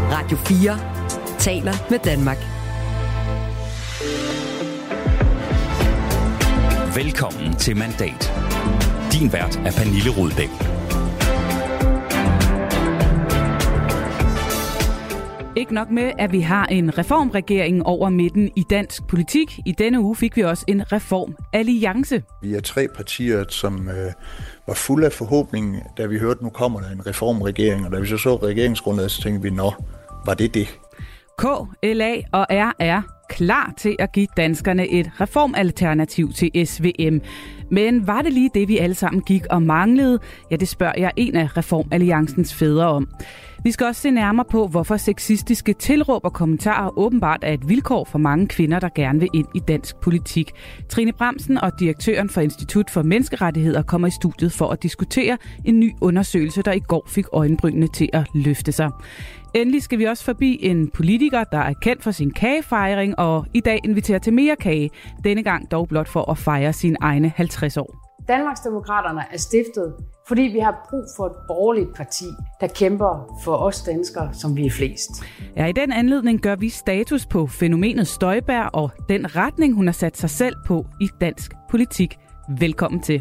Radio 4 taler med Danmark. Velkommen til Mandat. Din vært er Pernille Rudbæk. Ikke nok med, at vi har en reformregering over midten i dansk politik. I denne uge fik vi også en reformalliance. Vi er 3 partier, som var fulde af forhåbning, da vi hørte, nu kommer der en reformregering. Og da vi så regeringsgrundlaget, så tænkte vi, var det det? K, LA og RR klar til at give danskerne et reformalternativ til SVM. Men var det lige det, vi alle sammen gik og manglede? Ja, det spørger jeg en af Reformalliancens fædre om. Vi skal også se nærmere på, hvorfor sexistiske tilråb og kommentarer åbenbart er et vilkår for mange kvinder, der gerne vil ind i dansk politik. Trine Bramsen og direktøren for Institut for Menneskerettigheder kommer i studiet for at diskutere en ny undersøgelse, der i går fik øjenbrynene til at løfte sig. Endelig skal vi også forbi en politiker, der er kendt for sin kagefejring, og i dag inviterer til mere kage. Denne gang dog blot for at fejre sine egne 50 år. Danmarksdemokraterne er stiftet, fordi vi har brug for et borgerligt parti, der kæmper for os danskere, som vi er flest. Ja, i den anledning gør vi status på fænomenet Støjberg og den retning, hun har sat sig selv på i dansk politik. Velkommen til.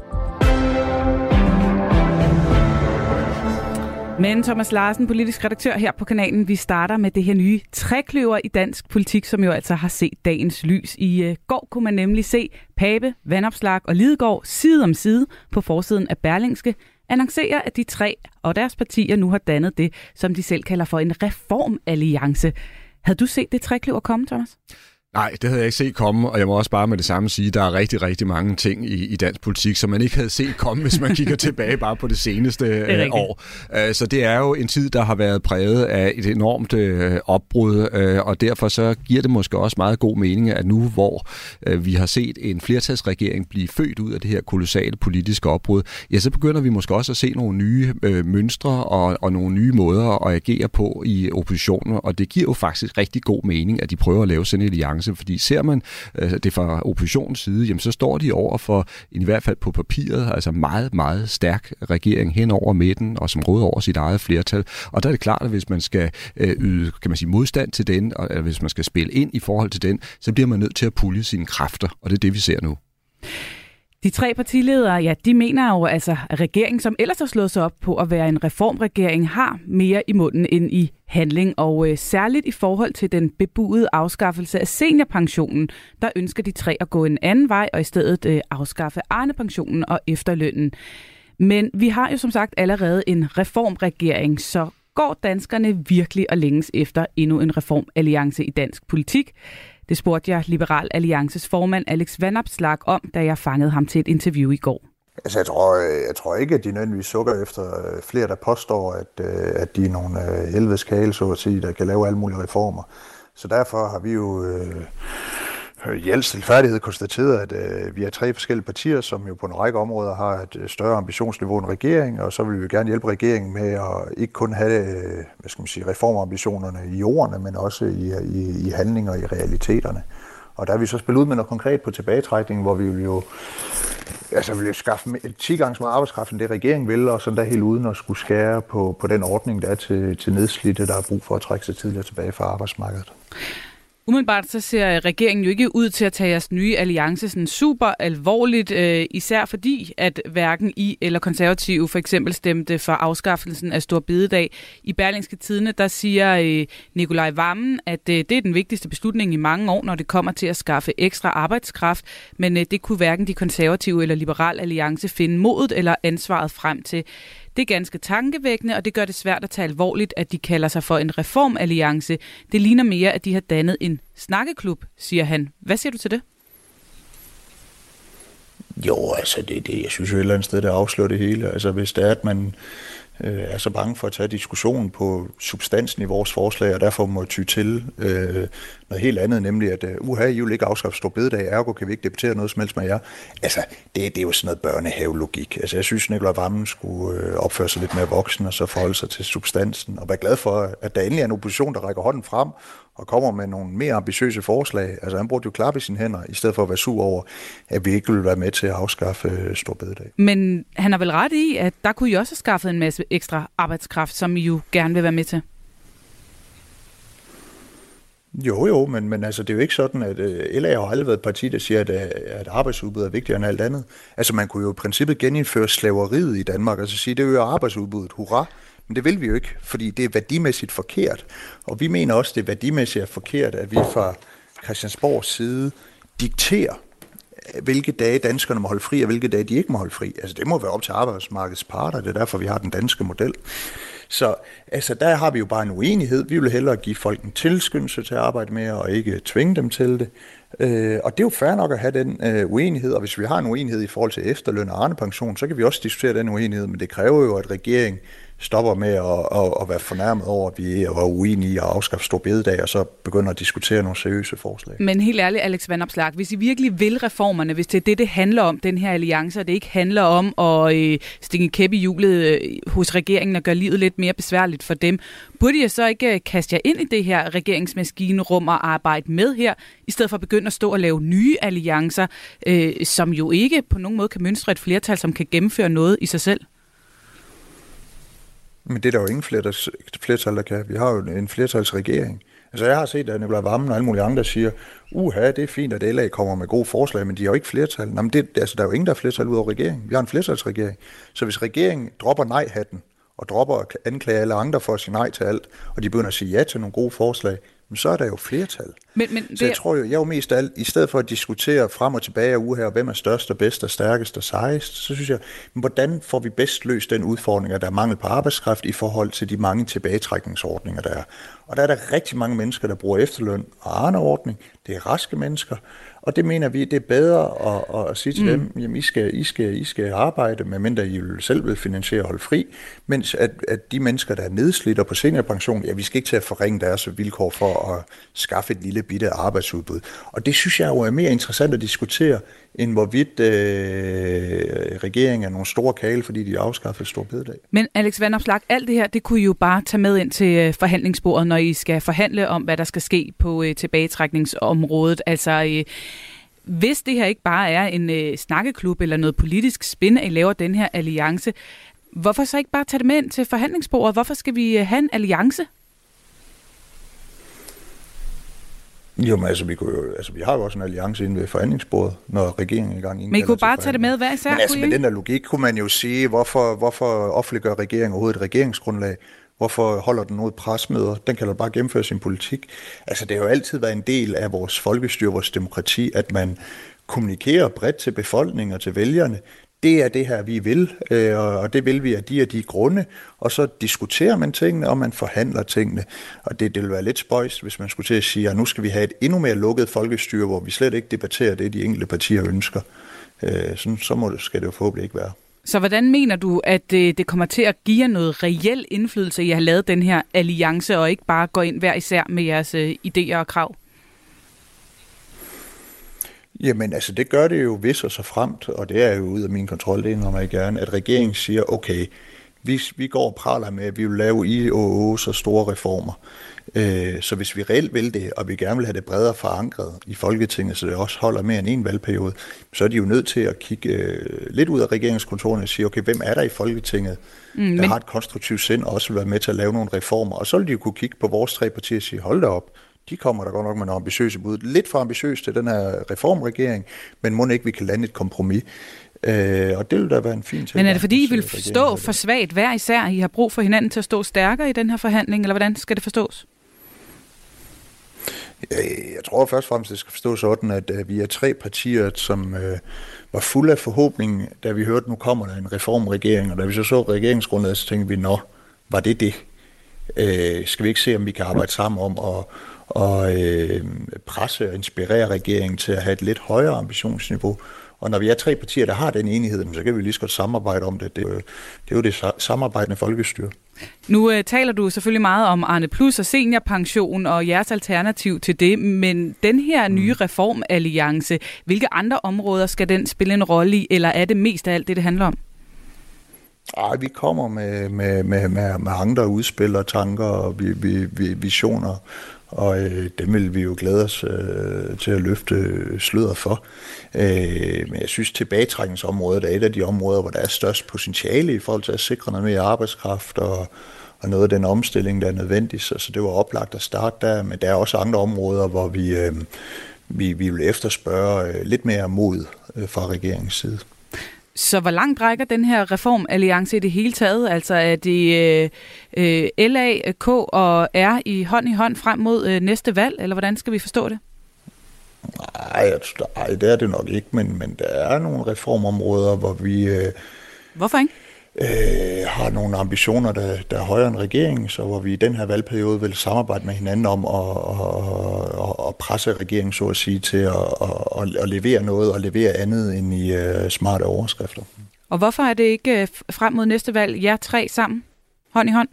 Men Thomas Larsen, politisk redaktør her på kanalen, vi starter med det her nye trekløver i dansk politik, som jo altså har set dagens lys. I går kunne man nemlig se Pape, Vanopslagh og Lidegaard side om side på forsiden af Berlingske annoncere, at de 3 og deres partier nu har dannet det, som de selv kalder for en reformalliance. Havde du set det trekløver komme, Thomas? Nej, det havde jeg ikke set komme, og jeg må også bare med det samme sige, at der er rigtig, rigtig mange ting i dansk politik, som man ikke havde set komme, hvis man kigger tilbage bare på det seneste år. Så det er jo en tid, der har været præget af et enormt opbrud, og derfor så giver det måske også meget god mening, at nu hvor vi har set en flertalsregering blive født ud af det her kolossale politiske opbrud, ja, så begynder vi måske også at se nogle nye mønstre og nogle nye måder at agere på i oppositionen, og det giver jo faktisk rigtig god mening, at de prøver at lave sådan en alliance. Fordi ser man det fra oppositionens side, jamen, så står de over for, i hvert fald på papiret, altså meget, meget stærk regering hen over midten, og som råder over sit eget flertal. Og der er det klart, at hvis man skal yde, kan man sige, modstand til den, og hvis man skal spille ind i forhold til den, så bliver man nødt til at pulje sine kræfter, og det er det, vi ser nu. De 3 partiledere, ja, de mener jo altså, at regeringen, som ellers har slået sig op på at være en reformregering, har mere i munden end i handling. Og særligt i forhold til den bebudede afskaffelse af seniorpensionen, der ønsker de 3 at gå en anden vej og i stedet afskaffe Arnepensionen og efterlønnen. Men vi har jo som sagt allerede en reformregering, så går danskerne virkelig og længes efter endnu en reformalliance i dansk politik? Det spurgte jeg Liberal Alliances formand Alex Vanopslagh om, da jeg fangede ham til et interview i går. Altså, jeg tror ikke, at de nødvendigvis sukker efter flere, der påstår, at de er nogle helvedes kale, så at sige, der kan lave alle mulige reformer. Så derfor har vi jo i al stilfærdighed konstateret, at vi er 3 forskellige partier, som jo på en række områder har et større ambitionsniveau end regering, og så vil vi gerne hjælpe regeringen med at ikke kun have reformambitionerne i ordene, men også i handlinger og i realiteterne. Og der er vi så spillet ud med noget konkret på tilbagetrækning, hvor vi vil jo vil skaffe 10 gange så meget arbejdskraft, end det regeringen vil, og sådan der helt uden at skulle skære på den ordning, der er til nedslidte, der er brug for at trække sig tidligere tilbage fra arbejdsmarkedet. Umiddelbart så ser regeringen jo ikke ud til at tage jeres nye alliance sådan super alvorligt, især fordi, at hverken I eller Konservative for eksempel stemte for afskaffelsen af Store Bededag. I Berlingske Tidende, der siger Nikolaj Wammen, at det er den vigtigste beslutning i mange år, når det kommer til at skaffe ekstra arbejdskraft, men det kunne hverken de konservative eller Liberal Alliance finde modet eller ansvaret frem til. Det er ganske tankevækkende, og det gør det svært at tage alvorligt, at de kalder sig for en reformalliance. Det ligner mere, at de har dannet en snakkeklub, siger han. Hvad siger du til det? Jo, altså jeg synes jo et eller andet sted, der afslører det hele. Altså hvis det er, at man er så bange for at tage diskussionen på substansen i vores forslag, og derfor må ty til noget helt andet, nemlig at I vil ikke afskaffe Store Bededag, ergo kan vi ikke debattere noget som helst med jer. Altså, det er jo sådan noget børnehavelogik. Altså, jeg synes, Nikolaj Wammen skulle opføre sig lidt mere voksen, og så forholde sig til substansen, og være glad for, at der endelig er en opposition, der rækker hånden frem, og kommer med nogle mere ambitiøse forslag. Altså, han burde jo klappe i sine hænder, i stedet for at være sur over, at vi ikke ville være med til at afskaffe Store Bededag. Men han har vel ret i, at der kunne I også have skaffet en masse ekstra arbejdskraft, som I jo gerne vil være med til? Jo, men altså, det er jo ikke sådan, at LA har aldrig været et parti, der siger, at arbejdsudbud er vigtigere end alt andet. Altså, man kunne jo i princippet genindføre slaveriet i Danmark, altså sige, det øger arbejdsudbuddet, hurra. Men det vil vi jo ikke, fordi det er værdimæssigt forkert. Og vi mener også, det er værdimæssigt forkert, at vi fra Christiansborgs side dikterer, hvilke dage danskerne må holde fri, og hvilke dage de ikke må holde fri. Altså, det må være op til arbejdsmarkedets parter, det er derfor, vi har den danske model. Så altså, der har vi jo bare en uenighed. Vi vil hellere give folk en tilskyndelse til at arbejde mere, og ikke tvinge dem til det. Og det er jo fair nok at have den uenighed, og hvis vi har en uenighed i forhold til efterløn og Arnepension, så kan vi også diskutere den uenighed, men det kræver jo, at regeringen stopper med at være fornærmet over, at vi er uenige i at afskaffe store bededag, og så begynder at diskutere nogle seriøse forslag. Men helt ærligt, Alex Vanopslagh, hvis I virkelig vil reformerne, hvis det er det handler om, den her alliance, og det ikke handler om at stikke en kæp i hjulet hos regeringen og gøre livet lidt mere besværligt for dem, burde I så ikke kaste jer ind i det her regeringsmaskinerum og arbejde med her, i stedet for at begynde at stå og lave nye alliancer, som jo ikke på nogen måde kan mønstre et flertal, som kan gennemføre noget i sig selv? Men det er der jo ingen flertal, der kan. Vi har jo en flertalsregering. Altså jeg har set, at Nicolai Wammen og alle mulige andre siger, det er fint, at LA kommer med gode forslag, men de har jo ikke flertal. Nå, men der er jo ingen, der er flertal ud over regeringen. Vi har en flertalsregering. Så hvis regeringen dropper nej-hatten, og dropper at anklage alle andre for at sige nej til alt, og de begynder at sige ja til nogle gode forslag, så er der jo flertal. Så jeg tror jo, jeg er jo mest af alt, i stedet for at diskutere frem og tilbage af uge her, hvem er størst og bedst og stærkest og sejest, så synes jeg, men hvordan får vi bedst løst den udfordring, at der er mangel på arbejdskraft i forhold til de mange tilbagetrækningsordninger, der er. Og der er der rigtig mange mennesker, der bruger efterløn og Arne-ordning. Det er raske mennesker, og det mener vi, det er bedre at sige til dem, jamen I skal arbejde, medmindre I selv vil finansiere og holde fri, mens at de mennesker, der er nedslidte på seniorpension, vi skal ikke til at forringe deres vilkår for at skaffe et lille bitte arbejdsudbud. Og det synes jeg jo er mere interessant at diskutere, end hvorvidt regeringen er nogle store kale, fordi de afskaffede store bededag. Men Alex Vanopslagh, alt det her, det kunne I jo bare tage med ind til forhandlingsbordet, når I skal forhandle om, hvad der skal ske på tilbagetrækningsområdet. Altså, hvis det her ikke bare er en snakkeklub eller noget politisk spin, at I laver den her alliance, hvorfor så ikke bare tage det med ind til forhandlingsbordet? Hvorfor skal vi have en alliance? Jo, men vi har jo også en alliance inde ved forhandlingsbordet, når regeringen er i gang. Men I kunne bare tage det med hver især, men med den der logik kunne man jo sige, hvorfor offentliggør regeringen overhovedet et regeringsgrundlag? Hvorfor holder den noget presmøder? Den kan da bare gennemføre sin politik. Altså, det har jo altid været en del af vores folkestyre, vores demokrati, at man kommunikerer bredt til befolkningen og til vælgerne. Det er det her, vi vil, og det vil vi af de grunde, og så diskuterer man tingene, og man forhandler tingene. Og det vil være lidt spøjst, hvis man skulle til at sige, at nu skal vi have et endnu mere lukket folkestyre, hvor vi slet ikke debatterer det, de enkelte partier ønsker. Så skal det jo forhåbentlig ikke være. Så hvordan mener du, at det kommer til at give jer noget reel indflydelse, I har lavet den her alliance, og ikke bare gå ind hver især med jeres idéer og krav? Jamen, altså det gør det jo hvis og så fremt, og det er jo ud af min kontrol, det indrømmer jeg gerne, at regeringen siger, okay, vi går og praler med, at vi vil lave så store reformer. Så hvis vi reelt vil det, og vi gerne vil have det bredere forankret i Folketinget, så det også holder mere end en valgperiode, så er de jo nødt til at kigge lidt ud af regeringskontorerne og sige, okay, hvem er der i Folketinget, der har et konstruktivt sind og også vil være med til at lave nogle reformer. Og så vil de jo kunne kigge på vores tre partier og sige, hold da op, de kommer der godt nok med nogle ambitiøse bud. Lidt for ambitiøst til den her reformregering, men må ikke vi kan lande et kompromis. Og det vil da være en fin ting. Men er det fordi, I vil stå for svagt hver især? I har brug for hinanden til at stå stærkere i den her forhandling, eller hvordan skal det forstås? Jeg tror først og fremmest, det skal forstås sådan, at vi er tre partier, som var fulde af forhåbning, da vi hørte, nu kommer der en reformregering, og da vi så regeringsgrundlaget, så tænkte vi, var det? Skal vi ikke se, om vi kan arbejde sammen om at presse og inspirere regeringen til at have et lidt højere ambitionsniveau? Og når vi er tre partier, der har den enighed, så kan vi lige så godt samarbejde om det. Det er jo det samarbejdende folkestyre. Nu taler du selvfølgelig meget om Arne Plus og seniorpension og jeres alternativ til det, men den her nye reformalliance, hvilke andre områder skal den spille en rolle i, eller er det mest af alt det handler om? Vi kommer med andre udspil og tanker og visioner, og dem vil vi jo glæde os til at løfte sløret for. Men jeg synes, tilbagetrækningsområdet er et af de områder, hvor der er størst potentiale i forhold til at sikre noget mere arbejdskraft noget af den omstilling, der er nødvendig. Så det var oplagt at starte der, men der er også andre områder, hvor vi vil efterspørge lidt mere mod fra regeringens side. Så hvor langt rækker den her reformalliance i det hele taget? Altså er det LA, K og R i hånd frem mod næste valg, eller hvordan skal vi forstå det? Nej, det er det nok ikke, men der er nogle reformområder, hvor vi Hvorfor ikke? Har nogle ambitioner, der er højere end regeringen, så hvor vi i den her valgperiode vil samarbejde med hinanden om at presse regeringen, så at sige, til at levere noget og levere andet end i smarte overskrifter. Og hvorfor er det ikke frem mod næste valg, jer tre sammen, hånd i hånd?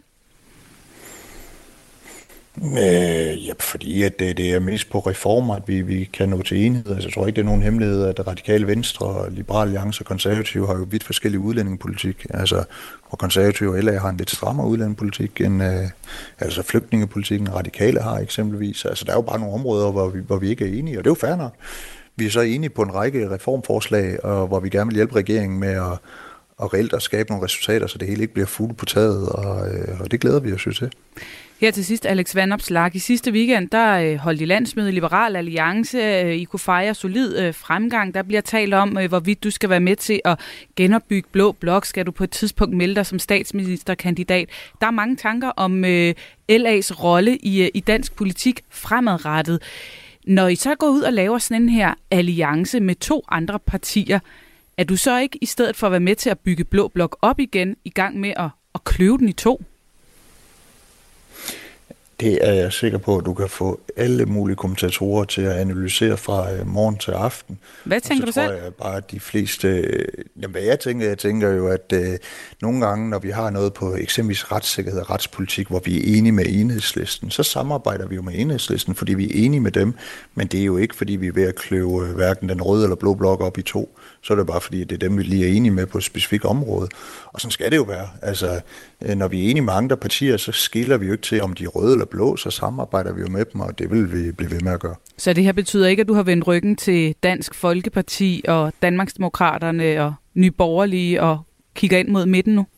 Fordi at det er mest på reformer, at vi kan nå til enighed. Altså, jeg tror ikke, det er nogen hemmelighed, at Radikale Venstre, Liberal Alliance og Konservative har jo vidt forskellige udlændingepolitik. Altså, hvor Konservative og LA har en lidt strammere udlændingepolitik end altså flygtningepolitikken Radikale har eksempelvis. Altså, der er jo bare nogle områder, hvor vi ikke er enige, og det er jo fair nok. Vi er så enige på en række reformforslag, og hvor vi gerne vil hjælpe regeringen med at reelt at skabe nogle resultater, så det hele ikke bliver fugle på taget, og det glæder vi os jo til. Her til sidst, Alex Vanopslagh. I sidste weekend, der holdt I landsmøde Liberal Alliance. I kunne fejre solid fremgang. Der bliver talt om, hvorvidt du skal være med til at genopbygge Blå Blok. Skal du på et tidspunkt melde dig som statsministerkandidat? Der er mange tanker om LA's rolle i dansk politik fremadrettet. Når I så går ud og laver sådan en her alliance med 2 andre partier, er du så ikke i stedet for at være med til at bygge Blå Blok op igen, i gang med at kløve den i 2? Det er jeg sikker på, at du kan få alle mulige kommentatorer til at analysere fra morgen til aften. Hvad tænker du selv? Så tror jeg bare, at de fleste... Jamen, hvad jeg tænker jo, at nogle gange, når vi har noget på eksempelvis retssikkerhed og retspolitik, hvor vi er enige med Enhedslisten, så samarbejder vi jo med Enhedslisten, fordi vi er enige med dem. Men det er jo ikke, fordi vi er ved at kløve hverken den røde eller blå blok op i 2. Så er det bare, fordi det er dem, vi lige er enige med på et specifikt område. Og sådan skal det jo være. Altså, når vi er enige med andre partier, så skiller vi jo ikke til, om de er røde eller blå, så samarbejder vi jo med dem, og det vil vi blive ved med at gøre. Så det her betyder ikke, at du har vendt ryggen til Dansk Folkeparti og Danmarksdemokraterne og Nye Borgerlige og kigger ind mod midten nu?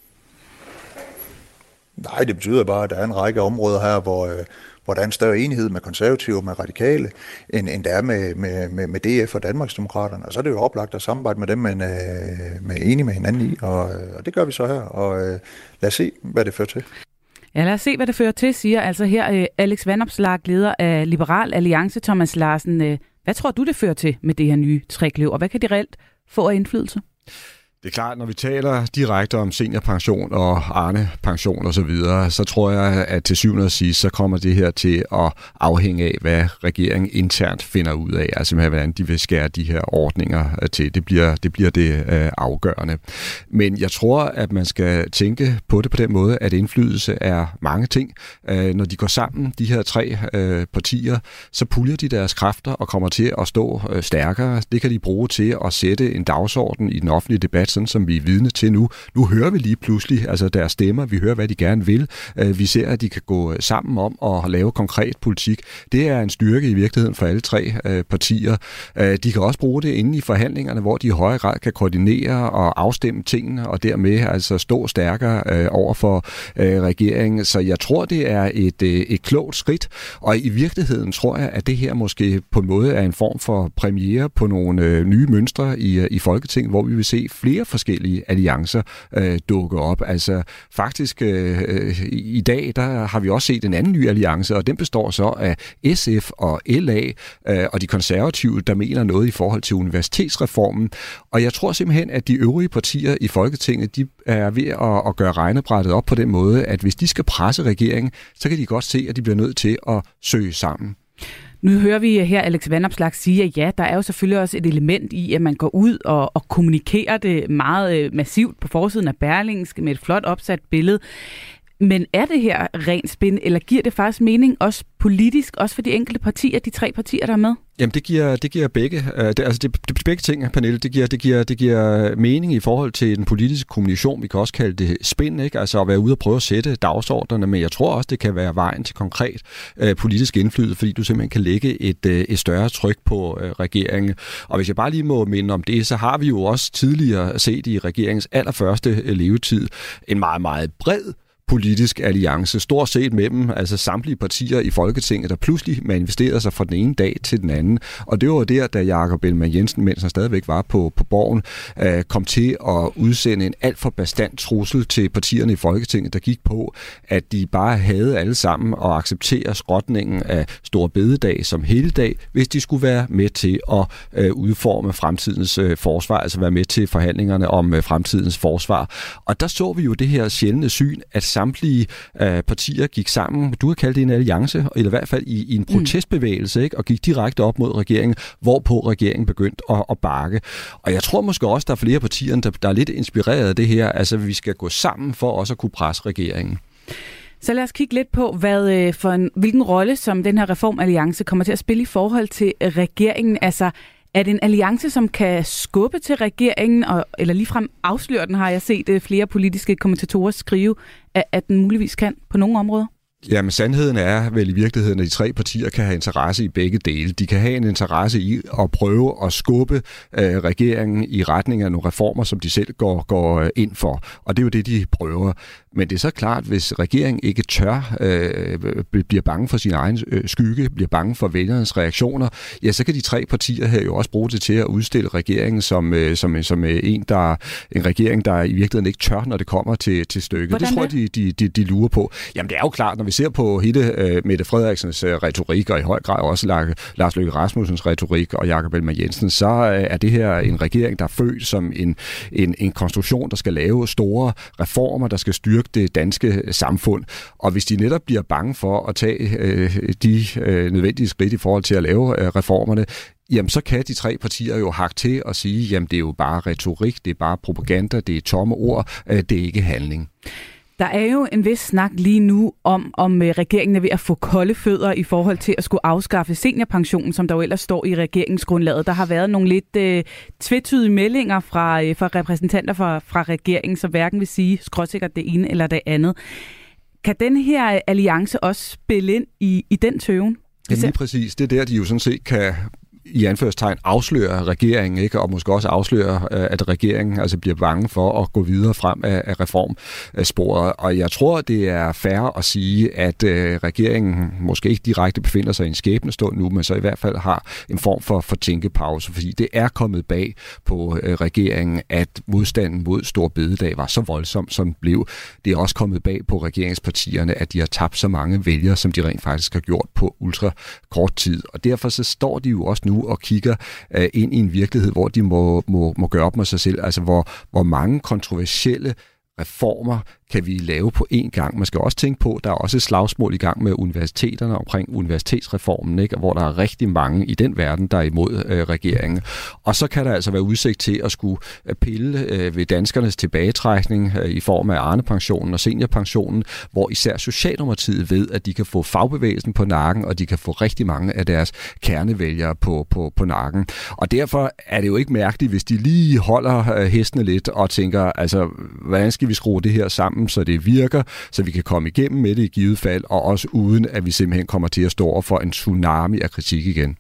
Nej, det betyder bare, at der er en række områder her, hvor der er en større enighed med konservative og med radikale, end der er med DF og Danmarksdemokraterne. Og så er det jo oplagt at samarbejde med dem, man er enige med hinanden i, og det gør vi så her. Og lad os se, hvad det fører til. Ja, lad os se, hvad det fører til, siger altså her Alex Vanopslagh, leder af Liberal Alliance. Thomas Larsen, hvad tror du, det fører til med det her nye trekløver? Hvad kan de reelt få af indflydelse? Det er klart, når vi taler direkte om seniorpension og Arne-pension og så videre, så tror jeg, at til syvende og sidst, så kommer det her til at afhænge af, hvad regeringen internt finder ud af, altså med, hvordan de vil skære de her ordninger til. Det bliver det afgørende. Men jeg tror, at man skal tænke på det på den måde, at indflydelse er mange ting. Når de går sammen, de her 3 partier, så puljer de deres kræfter og kommer til at stå stærkere. Det kan de bruge til at sætte en dagsorden i den offentlige debat, sådan som vi er vidne til nu. Nu hører vi lige pludselig altså deres stemmer, vi hører, hvad de gerne vil. Vi ser, at de kan gå sammen om at lave konkret politik. Det er en styrke i virkeligheden for alle 3 partier. De kan også bruge det inde i forhandlingerne, hvor de i højere grad kan koordinere og afstemme tingene, og dermed altså stå stærkere over for regeringen. Så jeg tror, det er et klogt skridt, og i virkeligheden tror jeg, at det her måske på en måde er en form for premiere på nogle nye mønstre i Folketinget, hvor vi vil se flere forskellige alliancer dukke op. Altså faktisk i dag, der har vi også set en anden ny alliance, og den består så af SF og LA og de konservative, der mener noget i forhold til universitetsreformen. Og jeg tror simpelthen, at de øvrige partier i Folketinget, de er ved at gøre regnebrættet op på den måde, at hvis de skal presse regeringen, så kan de godt se, at de bliver nødt til at søge sammen. Nu hører vi her Alex Vanopslagh sige, at ja, der er jo selvfølgelig også et element i, at man går ud og kommunikerer det meget massivt på forsiden af Berlingske med et flot opsat billede. Men er det her rent spin, eller giver det faktisk mening også politisk, også for de enkelte partier, de 3 partier, der er med? Jamen, det giver begge. Det begge ting, Pernille. Det giver mening i forhold til den politiske kommunikation. Vi kan også kalde det spin, ikke? Altså at være ude og prøve at sætte dagsordnerne, men jeg tror også, det kan være vejen til konkret politisk indflydelse, fordi du simpelthen kan lægge et større tryk på regeringen. Og hvis jeg bare lige må minde om det, så har vi jo også tidligere set i regeringens allerførste levetid en meget, meget bred politisk alliance, stort set mellem altså samtlige partier i Folketinget, der pludselig manifesterede sig fra den ene dag til den anden. Og det var der, da Jakob Ellemann-Jensen, mens han stadigvæk var på Borgen, kom til at udsende en alt for bastant trussel til partierne i Folketinget, der gik på, at de bare havde alle sammen at acceptere skrotningen af Store Bededag som helligdag, hvis de skulle være med til at udforme fremtidens forsvar, altså være med til forhandlingerne om fremtidens forsvar. Og der så vi jo det her sjældne syn, at samtlige partier gik sammen, du kan kalde det en alliance, eller i hvert fald i en protestbevægelse, ikke? Og gik direkte op mod regeringen, hvorpå regeringen begyndte at bakke. Og jeg tror måske også, der er flere partier, der er lidt inspireret af det her, altså vi skal gå sammen for også at kunne presse regeringen. Så lad os kigge lidt på, hvilken rolle som den her reformalliance kommer til at spille i forhold til regeringen. Altså, er det en alliance, som kan skubbe til regeringen, eller ligefrem afsløre den, har jeg set flere politiske kommentatorer skrive, at den muligvis kan på nogle områder? Jamen, sandheden er vel i virkeligheden, at de tre partier kan have interesse i begge dele. De kan have en interesse i at prøve at skubbe regeringen i retning af nogle reformer, som de selv går ind for. Og det er jo det, de prøver. Men det er så klart, hvis regeringen ikke tør, bliver bange for sin egen skygge, bliver bange for vælgernes reaktioner, ja, så kan de tre partier her jo også bruge det til at udstille regeringen som en regering, der i virkeligheden ikke tør, når det kommer til stykket. Hvordan det tror jeg, de lurer på. Jamen, det er jo klart, når vi ser på hele Mette Frederiksens retorik, og i høj grad også Lars Løkke Rasmussens retorik og Jakob Ellemann-Jensen, så er det her en regering, der er født som en konstruktion, der skal lave store reformer, der skal styrke det danske samfund. Og hvis de netop bliver bange for at tage de nødvendige skridt i forhold til at lave reformerne, jamen så kan de tre partier jo hakke til og sige, jamen det er jo bare retorik, det er bare propaganda, det er tomme ord, det er ikke handling. Der er jo en vis snak lige nu om regeringen er ved at få kolde fødder i forhold til at skulle afskaffe seniorpensionen, som der jo ellers står i regeringsgrundlaget. Der har været nogle lidt tvetydige meldinger fra repræsentanter fra regeringen, som hverken vil sige skråsikkert det ene eller det andet. Kan den her alliance også spille ind i den tøven? Ja, lige præcis. Det er der, de jo sådan set kan i anførselstegn afsløre regeringen, ikke? Og måske også afsløre, at regeringen altså bliver bange for at gå videre frem af reformsporet. Og jeg tror, det er fair at sige, at regeringen måske ikke direkte befinder sig i en skæbnestund nu, men så i hvert fald har en form for tænkepause, fordi det er kommet bag på regeringen, at modstanden mod Store Bededag var så voldsom, som den blev. Det er også kommet bag på regeringspartierne, at de har tabt så mange vælgere, som de rent faktisk har gjort på ultra kort tid. Og derfor så står de jo også nu og kigger ind i en virkelighed, hvor de må gøre op med sig selv, altså hvor mange kontroversielle reformer kan vi lave på én gang. Man skal også tænke på, der er også et slagsmål i gang med universiteterne omkring universitetsreformen, ikke? Hvor der er rigtig mange i den verden, der er imod regeringen. Og så kan der altså være udsigt til at skulle pille ved danskernes tilbagetrækning i form af Arnepensionen og seniorpensionen, hvor især Socialdemokratiet ved, at de kan få fagbevægelsen på nakken, og de kan få rigtig mange af deres kernevælgere på nakken. Og derfor er det jo ikke mærkeligt, hvis de lige holder hestene lidt og tænker, altså, hvordan skal vi skrue det her sammen, så det virker, så vi kan komme igennem med det i givet fald, og også uden, at vi simpelthen kommer til at stå over for en tsunami af kritik igen.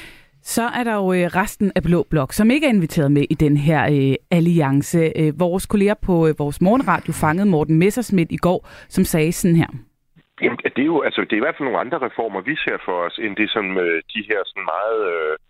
Så er der jo resten af Blå Blok, som ikke er inviteret med i den her alliance. Vores kolleger på vores morgenradio fangede Morten Messerschmidt i går, som sagde sådan her. Jamen, det er jo det er i hvert fald nogle andre reformer, vi ser for os, end det som de her sådan meget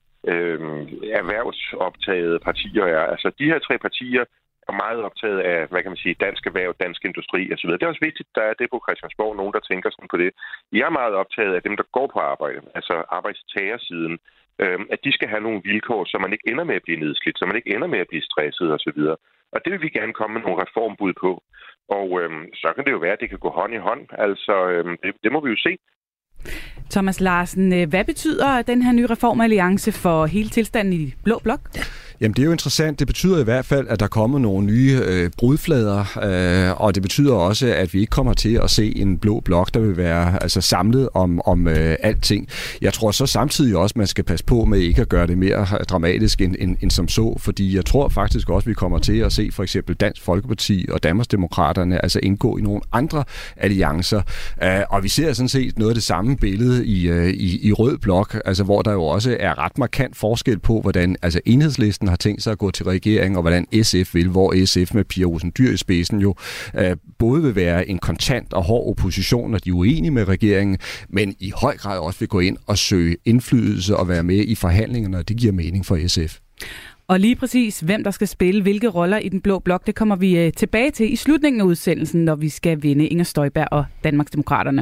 erhvervsoptagede partier er. Altså, de her tre partier er meget optaget af, hvad kan man sige, dansk erhverv, dansk industri osv. Det er også vigtigt, der er det på Christiansborg, nogen, der tænker sådan på det. Jeg er meget optaget af dem, der går på arbejde, altså arbejdstagersiden, at de skal have nogle vilkår, så man ikke ender med at blive nedslidt, så man ikke ender med at blive stresset osv. Og det vil vi gerne komme med nogle reformbud på. Og så kan det jo være, at det kan gå hånd i hånd. Altså, det må vi jo se. Thomas Larsen, hvad betyder den her nye reformalliance for hele tilstanden i Blå Blok? Jamen, det er jo interessant. Det betyder i hvert fald, at der kommer nogle nye brudflader, og det betyder også, at vi ikke kommer til at se en Blå Blok, der vil være altså samlet om alting. Jeg tror så samtidig også, man skal passe på med ikke at gøre det mere dramatisk end som så, fordi jeg tror faktisk også, vi kommer til at se for eksempel Dansk Folkeparti og Danmarksdemokraterne altså indgå i nogle andre alliancer. Og vi ser sådan set noget af det samme billede i Rød Blok, altså hvor der jo også er ret markant forskel på, hvordan altså Enhedslisten Enhedslisten har tænkt sig at gå til regeringen, og hvordan SF vil, hvor SF med Pia Olsen Dyhr i spidsen jo både vil være en kontant og hård opposition, når de er uenige med regeringen, men i høj grad også vil gå ind og søge indflydelse og være med i forhandlingerne, og det giver mening for SF. Og lige præcis, hvem der skal spille hvilke roller i den blå blok, det kommer vi tilbage til i slutningen af udsendelsen, når vi skal vinde Inger Støjberg og Danmarksdemokraterne.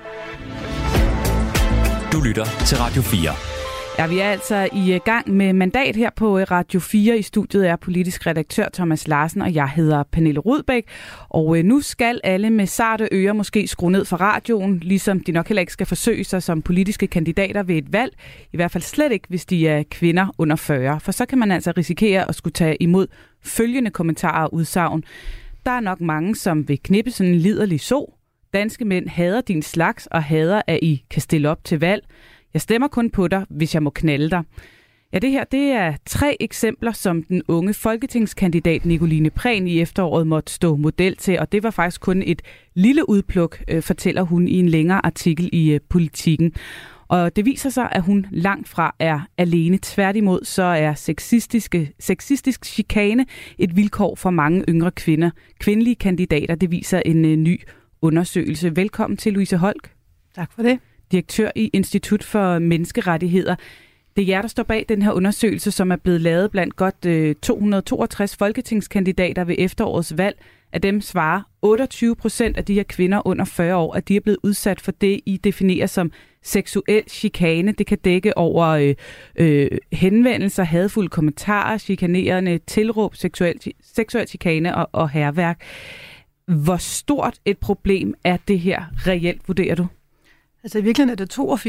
Du lytter til Radio 4. Ja, vi er altså i gang med mandat her på Radio 4. I studiet er politisk redaktør Thomas Larsen, og jeg hedder Pernille Rudbæk. Og nu skal alle med sarte ører måske skrue ned for radioen, ligesom de nok heller ikke skal forsøge sig som politiske kandidater ved et valg. I hvert fald slet ikke, hvis de er kvinder under 40. For så kan man altså risikere at skulle tage imod følgende kommentarer og udsagn. Der er nok mange, som vil knippe sådan en liderlig so. Danske mænd hader din slags og hader, at I kan stille op til valg. Jeg stemmer kun på dig, hvis jeg må knalde dig. Ja, det her det er 3 eksempler, som den unge folketingskandidat Nicoline Prehn i efteråret måtte stå model til, og det var faktisk kun et lille udpluk, fortæller hun i en længere artikel i Politiken. Og det viser sig, at hun langt fra er alene. Tværtimod så er sexistisk chikane et vilkår for mange yngre kvindelige kandidater. Det viser en ny undersøgelse. Velkommen til Louise Holk. Tak for det. Direktør i Institut for Menneskerettigheder. Det er jer, der står bag den her undersøgelse, som er blevet lavet blandt godt 262 folketingskandidater ved efterårets valg. Af dem svarer 28% af de her kvinder under 40 år, at de er blevet udsat for det, I definerer som seksuel chikane. Det kan dække over henvendelser, hadfulde kommentarer, chikanerende tilråb, seksuel chikane og hærværk. Hvor stort et problem er det her reelt, vurderer du? Altså i virkeligheden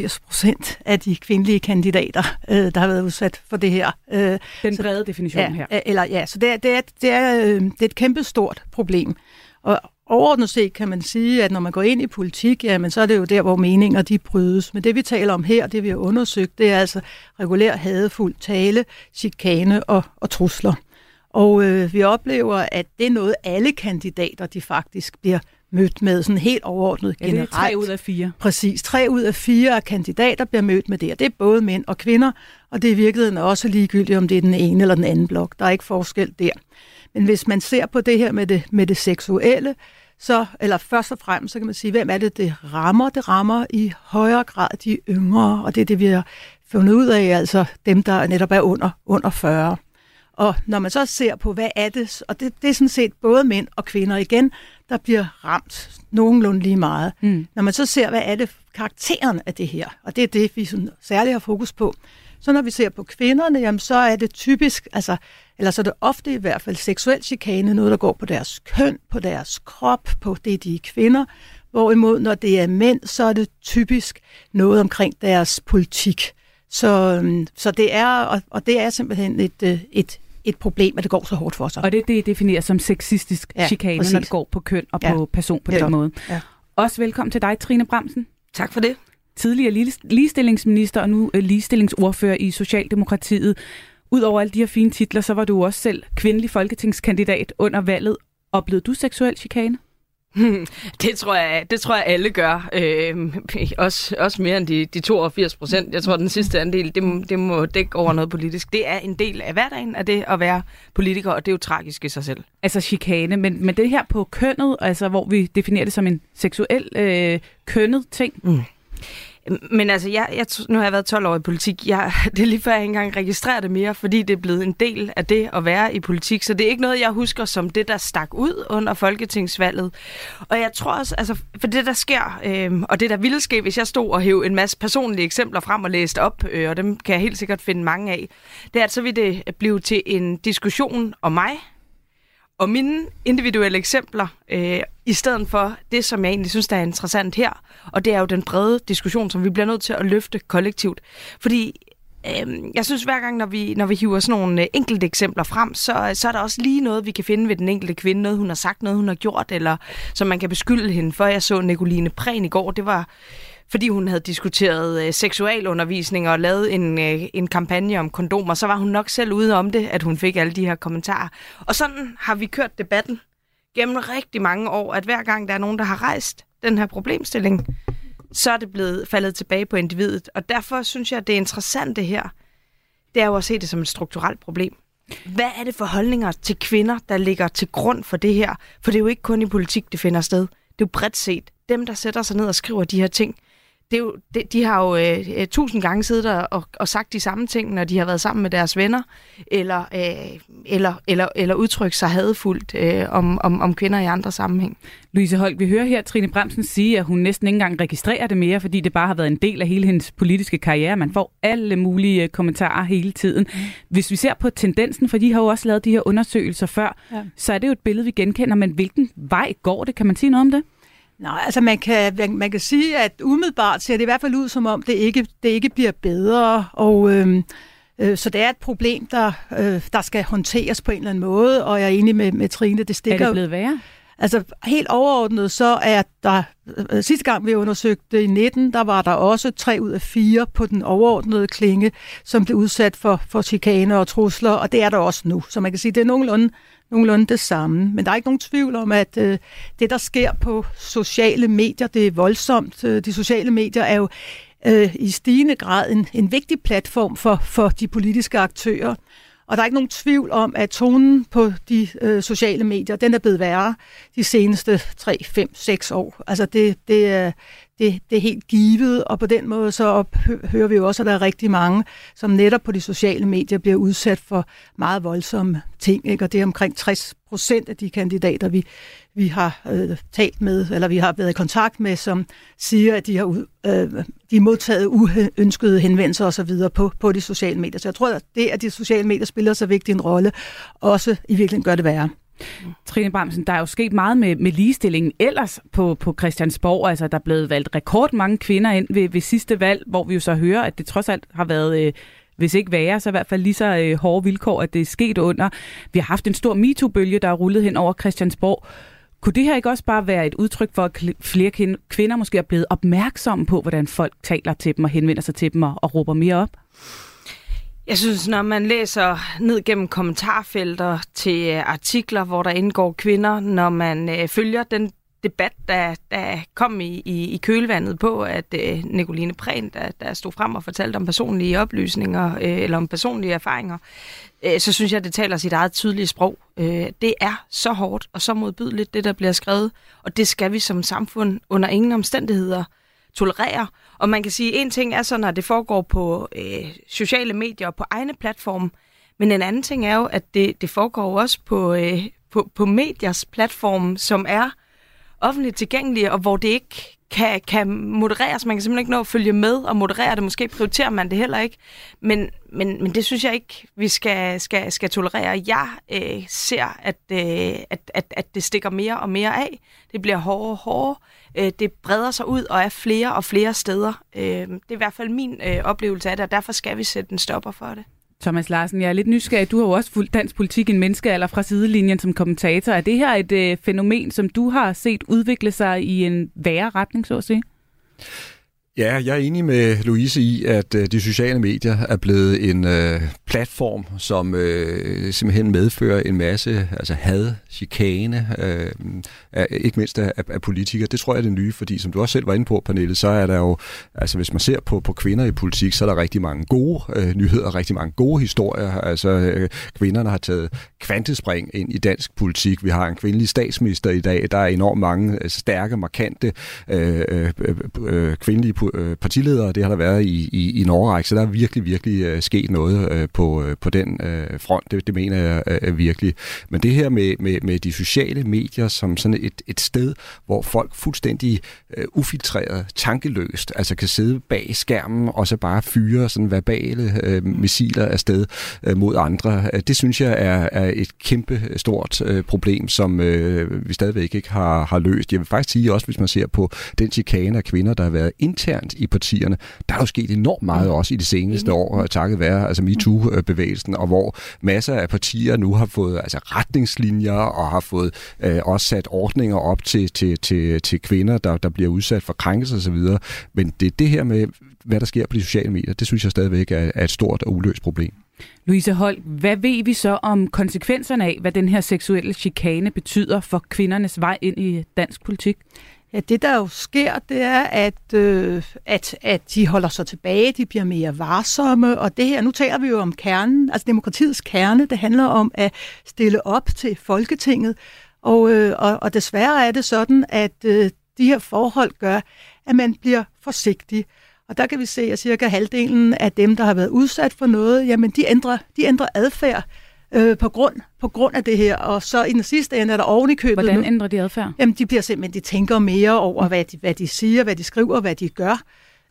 er det 82% af de kvindelige kandidater, der har været udsat for det her. Den brede definition her. Så det er et kæmpe stort problem. Og overordnet set kan man sige, at når man går ind i politik, jamen, så er det jo der, hvor meninger de brydes. Men det vi taler om her, det vi har undersøgt, det er altså regulær hadefuld tale, chikane og trusler. Og vi oplever, at det er noget, alle kandidater de faktisk bliver mødt med sådan helt overordnet generelt. Det er 3 ud af 4. Præcis. 3 ud af 4 af kandidater bliver mødt med det, og det er både mænd og kvinder, og det er i virkeligheden også ligegyldigt, om det er den ene eller den anden blok. Der er ikke forskel der. Men hvis man ser på det her med det seksuelle, eller først og fremmest, så kan man sige, hvem er det rammer? Det rammer i højere grad de yngre, og det er det, vi har fundet ud af, altså dem, der netop er under 40. Og når man så ser på, hvad er det, og det er sådan set både mænd og kvinder igen, der bliver ramt nogenlunde lige meget. Når man så ser, hvad er det karakteren af det her, og det er det, vi sådan særligt har fokus på. Så når vi ser på kvinderne, jamen, så er det typisk, eller så er det ofte i hvert fald seksuel chikane, noget der går på deres køn, på deres krop, på det de er kvinder. Hvorimod, når det er mænd, så er det typisk noget omkring deres politik. Så det er, og det er simpelthen et problem, at det går så hårdt for sig. Og det er det, I definerer som sexistisk chikane, præcis. Når det går på køn og på person på den måde. Ja. Også velkommen til dig, Trine Bramsen. Tak for det. Tidligere ligestillingsminister og nu ligestillingsordfører i Socialdemokratiet. Udover alle de her fine titler, så var du også selv kvindelig folketingskandidat under valget. Oplevede du seksuel chikane? Det tror jeg alle gør. Også mere end de 82%. Jeg tror, den sidste andel, det må dække over noget politisk. Det er en del af hverdagen af det at være politiker, og det er jo tragisk i sig selv. Altså chikane, men det her på kønnet, altså hvor vi definerer det som en seksuel kønnet ting. Men altså, nu har jeg været 12 år i politik. Det er lige før, jeg ikke engang registrerer det mere, fordi det er blevet en del af det at være i politik. Så det er ikke noget, jeg husker som det, der stak ud under folketingsvalget. Og jeg tror også, altså, for det, der sker, og det, der ville ske, hvis jeg stod og hævde en masse personlige eksempler frem og læste op, og dem kan jeg helt sikkert finde mange af, det er, at så vil det blive til en diskussion om mig, og mine individuelle eksempler, i stedet for det, som jeg egentlig synes, der er interessant her, og det er jo den brede diskussion, som vi bliver nødt til at løfte kollektivt. Fordi jeg synes, hver gang, når vi hiver sådan nogle enkelte eksempler frem, så er der også lige noget, vi kan finde ved den enkelte kvinde, noget hun har sagt, noget hun har gjort, eller som man kan beskylde hende for. Jeg så Nicoline Prehn i går, det var fordi hun havde diskuteret seksualundervisning og lavet en kampagne om kondomer, så var hun nok selv ude om det, at hun fik alle de her kommentarer. Og sådan har vi kørt debatten gennem rigtig mange år, at hver gang der er nogen, der har rejst den her problemstilling, så er det blevet faldet tilbage på individet. Og derfor synes jeg, at det interessante her, det er jo at se det som et strukturelt problem. Hvad er det for holdninger til kvinder, der ligger til grund for det her? For det er jo ikke kun i politik, det finder sted. Det er jo bredt set. Dem, der sætter sig ned og skriver de her ting, det er jo, de har jo 1000 gange siddet der og sagt de samme ting, når de har været sammen med deres venner, eller udtrykt sig hadefuldt om kvinder i andre sammenhæng. Louise Holck, vi hører her Trine Bramsen sige, at hun næsten ikke engang registrerer det mere, fordi det bare har været en del af hele hendes politiske karriere. Man får alle mulige kommentarer hele tiden. Hvis vi ser på tendensen, for de har jo også lavet de her undersøgelser før, så er det jo et billede, vi genkender, men hvilken vej går det? Kan man sige noget om det? Nej, altså man kan sige, at umiddelbart ser det i hvert fald ud, som om det ikke bliver bedre, og så det er et problem, der skal håndteres på en eller anden måde, og jeg er enig med Trine, det stikker. Er det blevet værre? Altså helt overordnet, så er der, sidste gang vi undersøgte i 19, der var der også 3 ud af 4 på den overordnede klinge, som blev udsat for chikaner og trusler, og det er der også nu. Så man kan sige, det er nogenlunde det samme. Men der er ikke nogen tvivl om, at det, der sker på sociale medier, det er voldsomt. De sociale medier er jo i stigende grad en vigtig platform for de politiske aktører. Og der er ikke nogen tvivl om, at tonen på de sociale medier, den er blevet værre de seneste 3, 5, 6 år. Altså det er helt givet, og på den måde så hører vi jo også, at der er rigtig mange, som netop på de sociale medier bliver udsat for meget voldsomme ting. Ikke? Og det er omkring 60% af de kandidater, vi har talt med, eller vi har været i kontakt med, som siger, at de har modtaget uønskede henvendelser osv. på de sociale medier. Så jeg tror, at det, at de sociale medier spiller så vigtig en rolle, også i virkeligheden gør det værre. Trine Bramsen, der er jo sket meget med ligestillingen ellers på Christiansborg. Altså, der er blevet valgt rekordmange kvinder ind ved sidste valg, hvor vi jo så hører, at det trods alt har været, hvis ikke værre, så i hvert fald lige så hårde vilkår, at det er sket under. Vi har haft en stor MeToo-bølge, der er rullet hen over Christiansborg. Kunne det her ikke også bare være et udtryk for, at flere kvinder måske er blevet opmærksomme på, hvordan folk taler til dem og henvender sig til dem og råber mere op? Jeg synes, når man læser ned gennem kommentarfelter til artikler, hvor der indgår kvinder, når man følger den debat, der kom i kølvandet på, at Nicoline Prehn, der stod frem og fortalte om personlige oplysninger eller om personlige erfaringer, så synes jeg, det taler sit eget tydelige sprog. Det er så hårdt og så modbydeligt, det der bliver skrevet, og det skal vi som samfund under ingen omstændigheder tolerere. Og man kan sige, at en ting er så, når det foregår på sociale medier og på egne platforme, men en anden ting er jo, at det foregår også på mediers platform, som er offentligt tilgængelige, og hvor det ikke kan modereres. Man kan simpelthen ikke nå at følge med og moderere det. Måske prioriterer man det heller ikke. Men det synes jeg ikke, vi skal tolerere. Jeg ser, at det stikker mere og mere af. Det bliver hårdere og hårdere. Det breder sig ud og er flere og flere steder. Det er i hvert fald min oplevelse af det, og derfor skal vi sætte en stopper for det. Thomas Larsen, jeg er lidt nysgerrig. Du har jo også fulgt dansk politik i en menneskealder fra sidelinjen som kommentator. Er det her et fænomen, som du har set udvikle sig i en værre retning, så at sige? Ja, jeg er enig med Louise i, at de sociale medier er blevet en platform, som simpelthen medfører en masse had, chikane, ikke mindst af politikere. Det tror jeg er det nye, fordi som du også selv var inde på, Pernille, så er der jo, altså hvis man ser på kvinder i politik, så er der rigtig mange gode nyheder, rigtig mange gode historier. Altså kvinderne har taget kvantespring ind i dansk politik. Vi har en kvindelig statsminister i dag. Der er enormt mange stærke, markante kvindelige partiledere, det har der været i en årrække, så der er virkelig sket noget på den front. Det mener jeg virkelig. Men det her med de sociale medier som sådan et sted, hvor folk fuldstændig ufiltreret, tankeløst, altså kan sidde bag skærmen og så bare fyre sådan verbale missiler afsted mod andre, det synes jeg er et kæmpe stort problem, som vi stadigvæk ikke har løst. Jeg vil faktisk sige også, hvis man ser på den chikane af kvinder, der har været internt i partierne, der er jo sket enormt meget også i de seneste år, takket være altså MeToo-bevægelsen, og hvor masser af partier nu har fået altså retningslinjer og har fået også sat ordninger op til kvinder, der bliver udsat for krænkelser osv. Men det her med, hvad der sker på de sociale medier, det synes jeg stadigvæk er et stort og uløst problem. Louise Holck, hvad ved vi så om konsekvenserne af, hvad den her seksuelle chikane betyder for kvindernes vej ind i dansk politik? Ja, det der jo sker, det er, at de holder sig tilbage, de bliver mere varsomme, og det her, nu taler vi jo om kernen, altså demokratiets kerne, det handler om at stille op til Folketinget, og desværre er det sådan, at de her forhold gør, at man bliver forsigtig. Og der kan vi se, at cirka halvdelen af dem, der har været udsat for noget, jamen de ændrer adfærd på grund af det her. Og så i den sidste ende er der oven i købet. Hvordan ændrer de adfærd? Jamen de bliver simpelthen, de tænker mere over, hvad de siger, hvad de skriver, hvad de gør.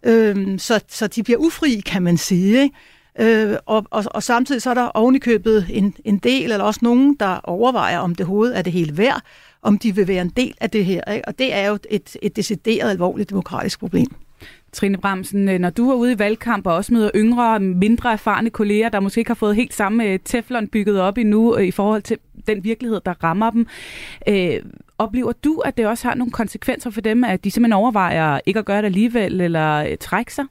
Så de bliver ufrie, kan man sige, ikke? Og samtidig så er der oven i købet en del, eller også nogen, der overvejer, om det hovedet er det hele værd, om de vil være en del af det her. Ikke? Og det er jo et decideret alvorligt demokratisk problem. Trine Bramsen, når du er ude i valgkamp og også møder yngre, mindre erfarne kolleger, der måske ikke har fået helt samme teflon bygget op endnu i forhold til den virkelighed, der rammer dem, oplever du, at det også har nogle konsekvenser for dem, at de simpelthen overvejer ikke at gøre det alligevel eller trække sig?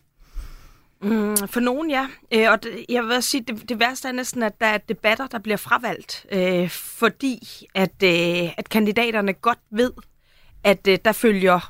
For nogen, ja. Og jeg vil også sige, det værste er næsten, at der er debatter, der bliver fravalgt, fordi at kandidaterne godt ved, at der følger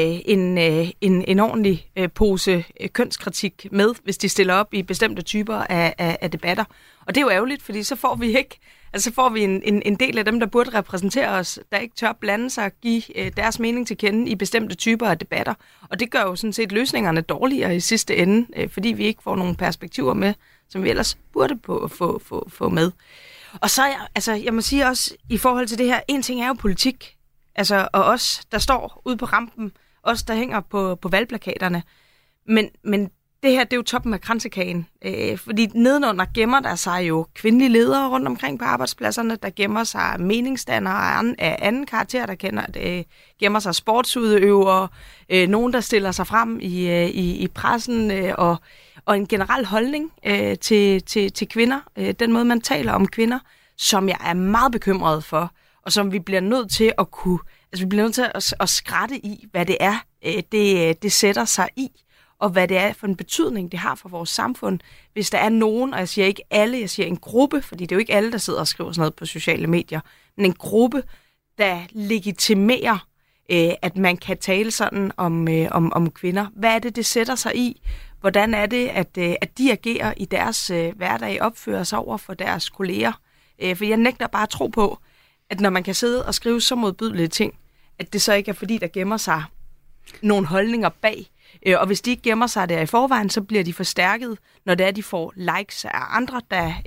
en ordentlig pose kønskritik med, hvis de stiller op i bestemte typer af debatter. Og det er jo ærgerligt, fordi så får vi ikke, altså så får vi en del af dem, der burde repræsentere os, der ikke tør blande sig og give deres mening til kende i bestemte typer af debatter. Og det gør jo sådan set løsningerne dårligere i sidste ende, fordi vi ikke får nogle perspektiver med, som vi ellers burde få med. Og så, jeg må sige også, i forhold til det her, en ting er jo politik, altså, og os, der står ude på rampen, os, der hænger på valgplakaterne. Men det her, det er jo toppen af kransekagen. Fordi nedenunder gemmer der sig jo kvindelige ledere rundt omkring på arbejdspladserne. Der gemmer sig meningsdannere af anden karakter, der gemmer sig sportsudøvere. Nogen, der stiller sig frem i pressen. Og en generel holdning til kvinder. Den måde, man taler om kvinder, som jeg er meget bekymret for. Og som vi bliver nødt til at vi bliver nødt til at skrætte i, hvad det er, det sætter sig i, og hvad det er for en betydning, det har for vores samfund. Hvis der er nogen, og jeg siger ikke alle, jeg siger en gruppe, fordi det er jo ikke alle, der sidder og skriver sådan noget på sociale medier, men en gruppe, der legitimerer, at man kan tale sådan om kvinder. Hvad er det sætter sig i? Hvordan er det, at de agerer i deres hverdag, opfører sig over for deres kolleger? For jeg nægter bare at tro på, at når man kan sidde og skrive så modbydelige ting, at det så ikke er fordi, der gemmer sig nogle holdninger bag. Og hvis de ikke gemmer sig der i forvejen, så bliver de forstærket, når det er, de får likes af andre,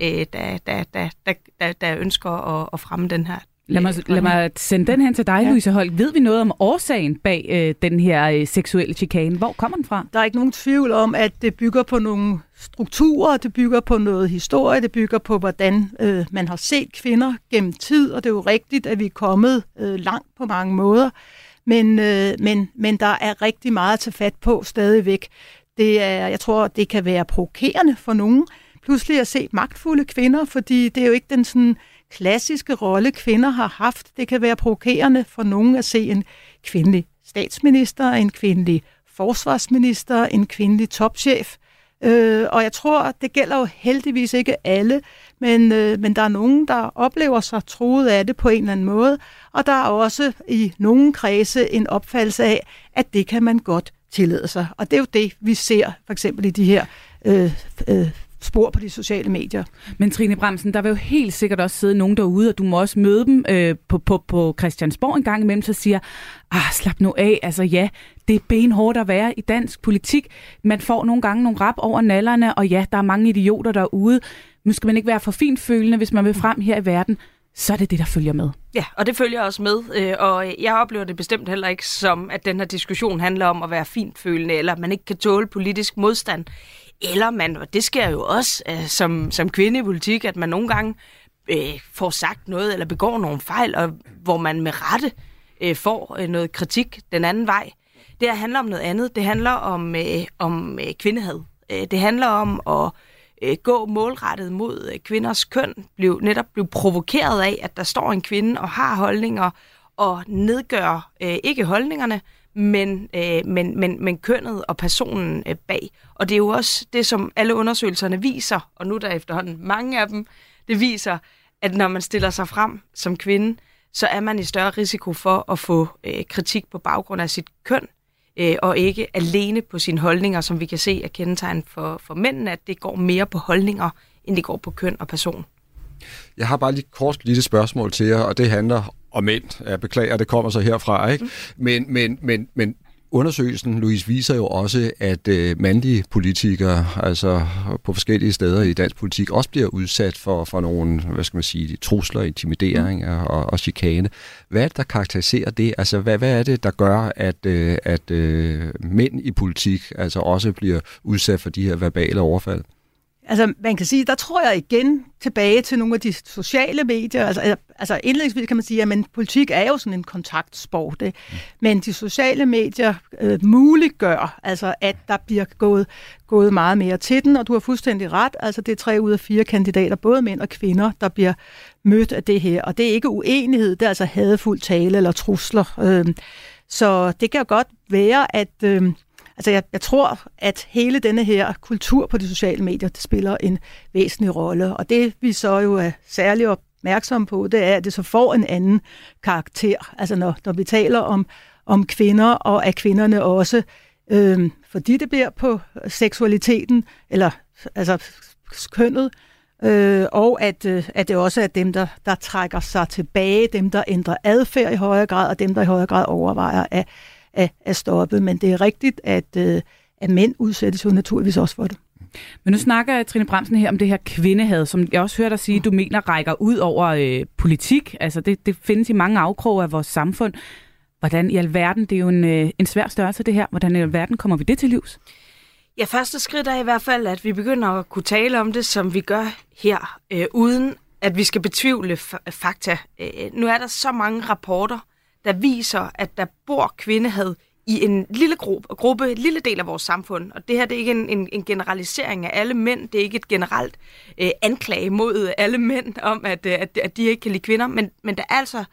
der ønsker at fremme den her. Lad mig sende den hen til dig, Louise Holck. Ved vi noget om årsagen bag den her seksuelle chikane? Hvor kommer den fra? Der er ikke nogen tvivl om, at det bygger på nogle strukturer, det bygger på noget historie, det bygger på, hvordan man har set kvinder gennem tid, og det er jo rigtigt, at vi er kommet langt på mange måder, men der er rigtig meget at tage fat på stadigvæk. Jeg tror, det kan være provokerende for nogen, pludselig at se magtfulde kvinder, fordi det er jo ikke den sådan klassiske rolle, kvinder har haft. Det kan være provokerende for nogen at se en kvindelig statsminister, en kvindelig forsvarsminister, en kvindelig topchef. Og jeg tror, det gælder jo heldigvis ikke alle, men der er nogen, der oplever sig truet af det på en eller anden måde, og der er også i nogle kredse en opfattelse af, at det kan man godt tillade sig. Og det er jo det, vi ser for eksempel i de her spor på de sociale medier. Men Trine Bramsen, der vil jo helt sikkert også sidde nogen derude, og du må også møde dem på Christiansborg en gang imellem, så siger, slap nu af, altså ja, det er benhårdt at være i dansk politik. Man får nogle gange nogle rap over nallerne, og ja, der er mange idioter derude. Nu skal man ikke være for finfølende, hvis man vil frem her i verden. Så er det det, der følger med. Ja, og det følger også med, og jeg oplever det bestemt heller ikke som, at den her diskussion handler om at være fintfølende, eller at man ikke kan tåle politisk modstand. Eller man, og det sker jo også som kvinde i politik, at man nogle gange får sagt noget, eller begår nogle fejl, og hvor man med rette får noget kritik den anden vej. Det her handler om noget andet. Det handler om kvindehad. Det handler om at gå målrettet mod kvinders køn, netop blive provokeret af, at der står en kvinde og har holdninger, og nedgør ikke holdningerne, men kønnet og personen bag. Og det er jo også det, som alle undersøgelserne viser, og nu er der efterhånden mange af dem, det viser, at når man stiller sig frem som kvinde, så er man i større risiko for at få kritik på baggrund af sit køn, og ikke alene på sine holdninger, som vi kan se er kendetegn for mændene, at det går mere på holdninger, end det går på køn og person. Jeg har bare lige kort lille spørgsmål til jer, og det handler om mænd. Jeg beklager, det kommer så herfra, ikke? Men undersøgelsen, Louise, viser jo også, at mandlige politikere, altså på forskellige steder i dansk politik, også bliver udsat for nogle, hvad skal man sige, trusler, intimidering og chikane. Hvad er det, der karakteriserer det? Altså, hvad er det, der gør, at mænd i politik altså også bliver udsat for de her verbale overfald? Altså, man kan sige, der tror jeg igen tilbage til nogle af de sociale medier. Altså indlægsvis kan man sige, at politik er jo sådan en kontaktsport. Men de sociale medier muliggør, altså, at der bliver gået meget mere til den, og du har fuldstændig ret. Altså, det er 3 ud af 4 kandidater, både mænd og kvinder, der bliver mødt af det her. Og det er ikke uenighed, det er altså hadefuld tale eller trusler. Så det kan jo godt være, at... Altså jeg tror, at hele denne her kultur på de sociale medier, det spiller en væsentlig rolle. Og det vi så jo er særlig opmærksomme på, det er, at det så får en anden karakter. Altså når vi taler om kvinder, og at kvinderne også, fordi det bliver på seksualiteten, eller altså kønnet, og at det også er dem, der trækker sig tilbage, dem, der ændrer adfærd i højere grad, og dem, der i højere grad overvejer at stoppe. Men det er rigtigt, at mænd udsættes jo naturligvis også for det. Men nu snakker Trine Bramsen her om det her kvindehad, som jeg også hørte dig sige, du mener rækker ud over politik. Altså det findes i mange afkroge af vores samfund. Hvordan i alverden, det er jo en svær størrelse det her, hvordan i alverden kommer vi det til livs? Ja, første skridt er i hvert fald, at vi begynder at kunne tale om det, som vi gør her, uden at vi skal betvivle fakta. Nu er der så mange rapporter, der viser, at der bor kvindehad i en lille gruppe, en lille del af vores samfund. Og det her, det er ikke en generalisering af alle mænd. Det er ikke et generelt anklage mod alle mænd om, at de ikke kan lide kvinder. Men der er altså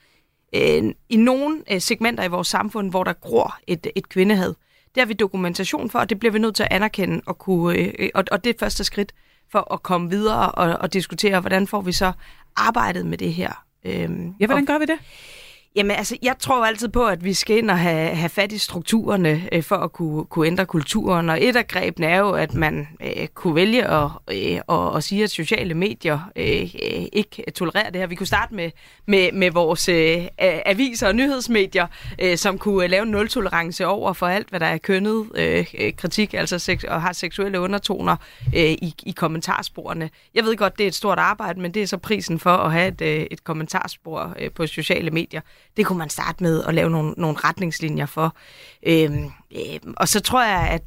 i nogle segmenter i vores samfund, hvor der gror et kvindehad. Det har vi dokumentation for, og det bliver vi nødt til at anerkende og kunne, og det er første skridt for at komme videre og diskutere, hvordan får vi så arbejdet med det her. Ja, hvordan gør vi det? Jamen altså, jeg tror altid på, at vi skal ind og have fat i strukturerne for at kunne ændre kulturen. Og et af grebene er jo, at man kunne vælge at sige, at sociale medier ikke tolererer det her. Vi kunne starte med vores aviser og nyhedsmedier, som kunne lave en nul-tolerance over for alt, hvad der er kønnet kritik, altså og har seksuelle undertoner i kommentarsporene. Jeg ved godt, det er et stort arbejde, men det er så prisen for at have et kommentarspor på sociale medier. Det kunne man starte med at lave nogle retningslinjer for. Og så tror jeg,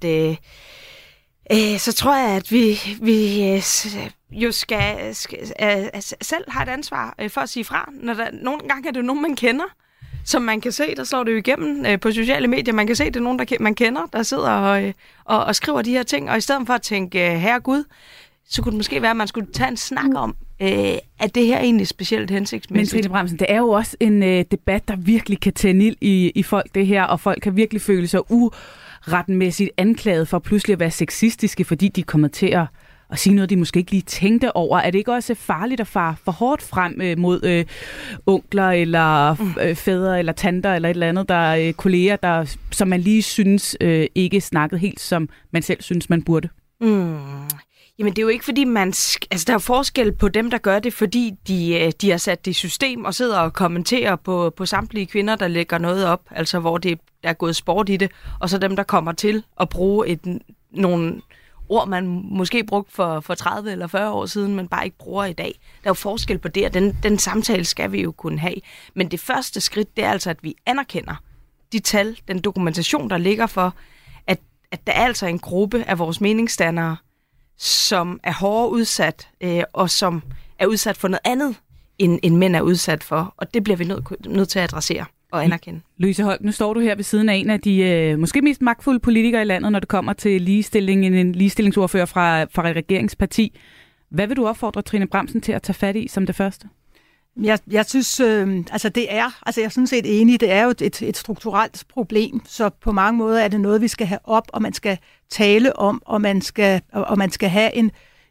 at vi jo skal selv have et ansvar for at sige fra. Når nogle gange er det jo nogen, man kender, som man kan se, der slår det jo igennem på sociale medier. Man kan se, det er nogen, man kender, der sidder og skriver de her ting. Og i stedet for at tænke, herre Gud, så kunne det måske være, at man skulle tage en snak om, at det her egentlig specielt hensigtsmæssigt. Men Trine Bramsen, det er jo også en debat, der virkelig kan tænde ild i folk det her, og folk kan virkelig føle sig uretmæssigt anklaget for pludselig at være sexistiske, fordi de kommer til at sige noget, de måske ikke lige tænkte over. Er det ikke også farligt at fare for hårdt frem mod onkler, eller fædre, eller tanter, eller et eller andet, der kolleger, som man lige synes ikke snakkede helt, som man selv synes, man burde? Jamen det er jo ikke fordi der er forskel på dem, der gør det, fordi de har sat det i system og sidder og kommenterer på samtlige kvinder, der lægger noget op, altså hvor der er gået sport i det, og så dem, der kommer til at bruge nogle ord, man måske brugte for 30 eller 40 år siden, men bare ikke bruger i dag. Der er jo forskel på det, og den samtale skal vi jo kunne have. Men det første skridt, det er altså, at vi anerkender de tal, den dokumentation, der ligger for, at der er altså en gruppe af vores meningsdannere, som er hårdere udsat, og som er udsat for noget andet, end mænd er udsat for. Og det bliver vi nødt til at adressere og anerkende. Louise Holck, nu står du her ved siden af en af de måske mest magtfulde politikere i landet, når det kommer til ligestilling, en ligestillingsordfører fra et regeringsparti. Hvad vil du opfordre Trine Bramsen til at tage fat i som det første? Jeg synes, jeg er sådan set enig, det er jo et strukturelt problem, så på mange måder er det noget, vi skal have op, og man skal tale om, og man skal have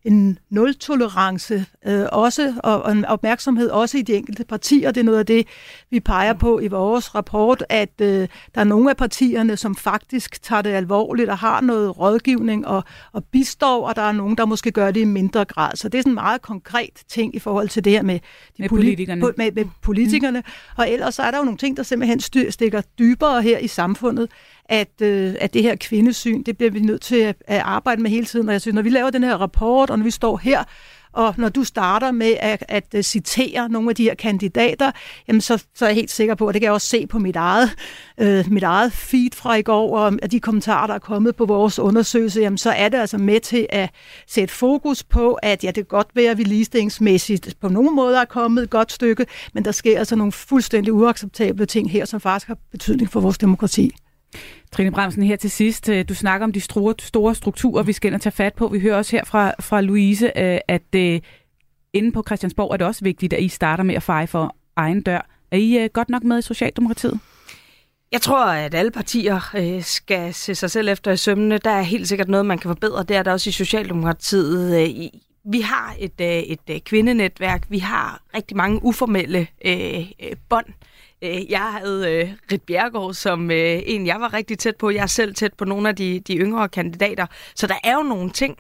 en nul-tolerance også, og en opmærksomhed også i de enkelte partier. Det er noget af det, vi peger på i vores rapport, at der er nogle af partierne, som faktisk tager det alvorligt og har noget rådgivning og bistår, og der er nogen, der måske gør det i mindre grad. Så det er sådan en meget konkret ting i forhold til det her med med politikerne. Og ellers er der jo nogle ting, der simpelthen stikker dybere her i samfundet, at det her kvindesyn, det bliver vi nødt til at arbejde med hele tiden. Og jeg synes, når vi laver den her rapport, og når vi står her, og når du starter med at citere nogle af de her kandidater, jamen så er jeg helt sikker på, og det kan jeg også se på mit eget feed fra i går, og de kommentarer, der er kommet på vores undersøgelse, jamen så er det altså med til at sætte fokus på, at ja, det kan godt være, at vi ligestillingsmæssigt på nogle måder er kommet et godt stykke, men der sker altså nogle fuldstændig uacceptable ting her, som faktisk har betydning for vores demokrati. Trine Bramsen, her til sidst. Du snakker om de store strukturer, vi skal ind og tage fat på. Vi hører også her fra Louise, at inde på Christiansborg er det også vigtigt, at I starter med at feje for egen dør. Er I godt nok med i Socialdemokratiet? Jeg tror, at alle partier skal se sig selv efter i sømmene. Der er helt sikkert noget, man kan forbedre. Det er der også i Socialdemokratiet. Vi har et kvindenetværk. Vi har rigtig mange uformelle bånd. Jeg havde Ritt Bjerregaard som en, jeg var rigtig tæt på. Jeg er selv tæt på nogle af de yngre kandidater. Så der er jo nogle ting.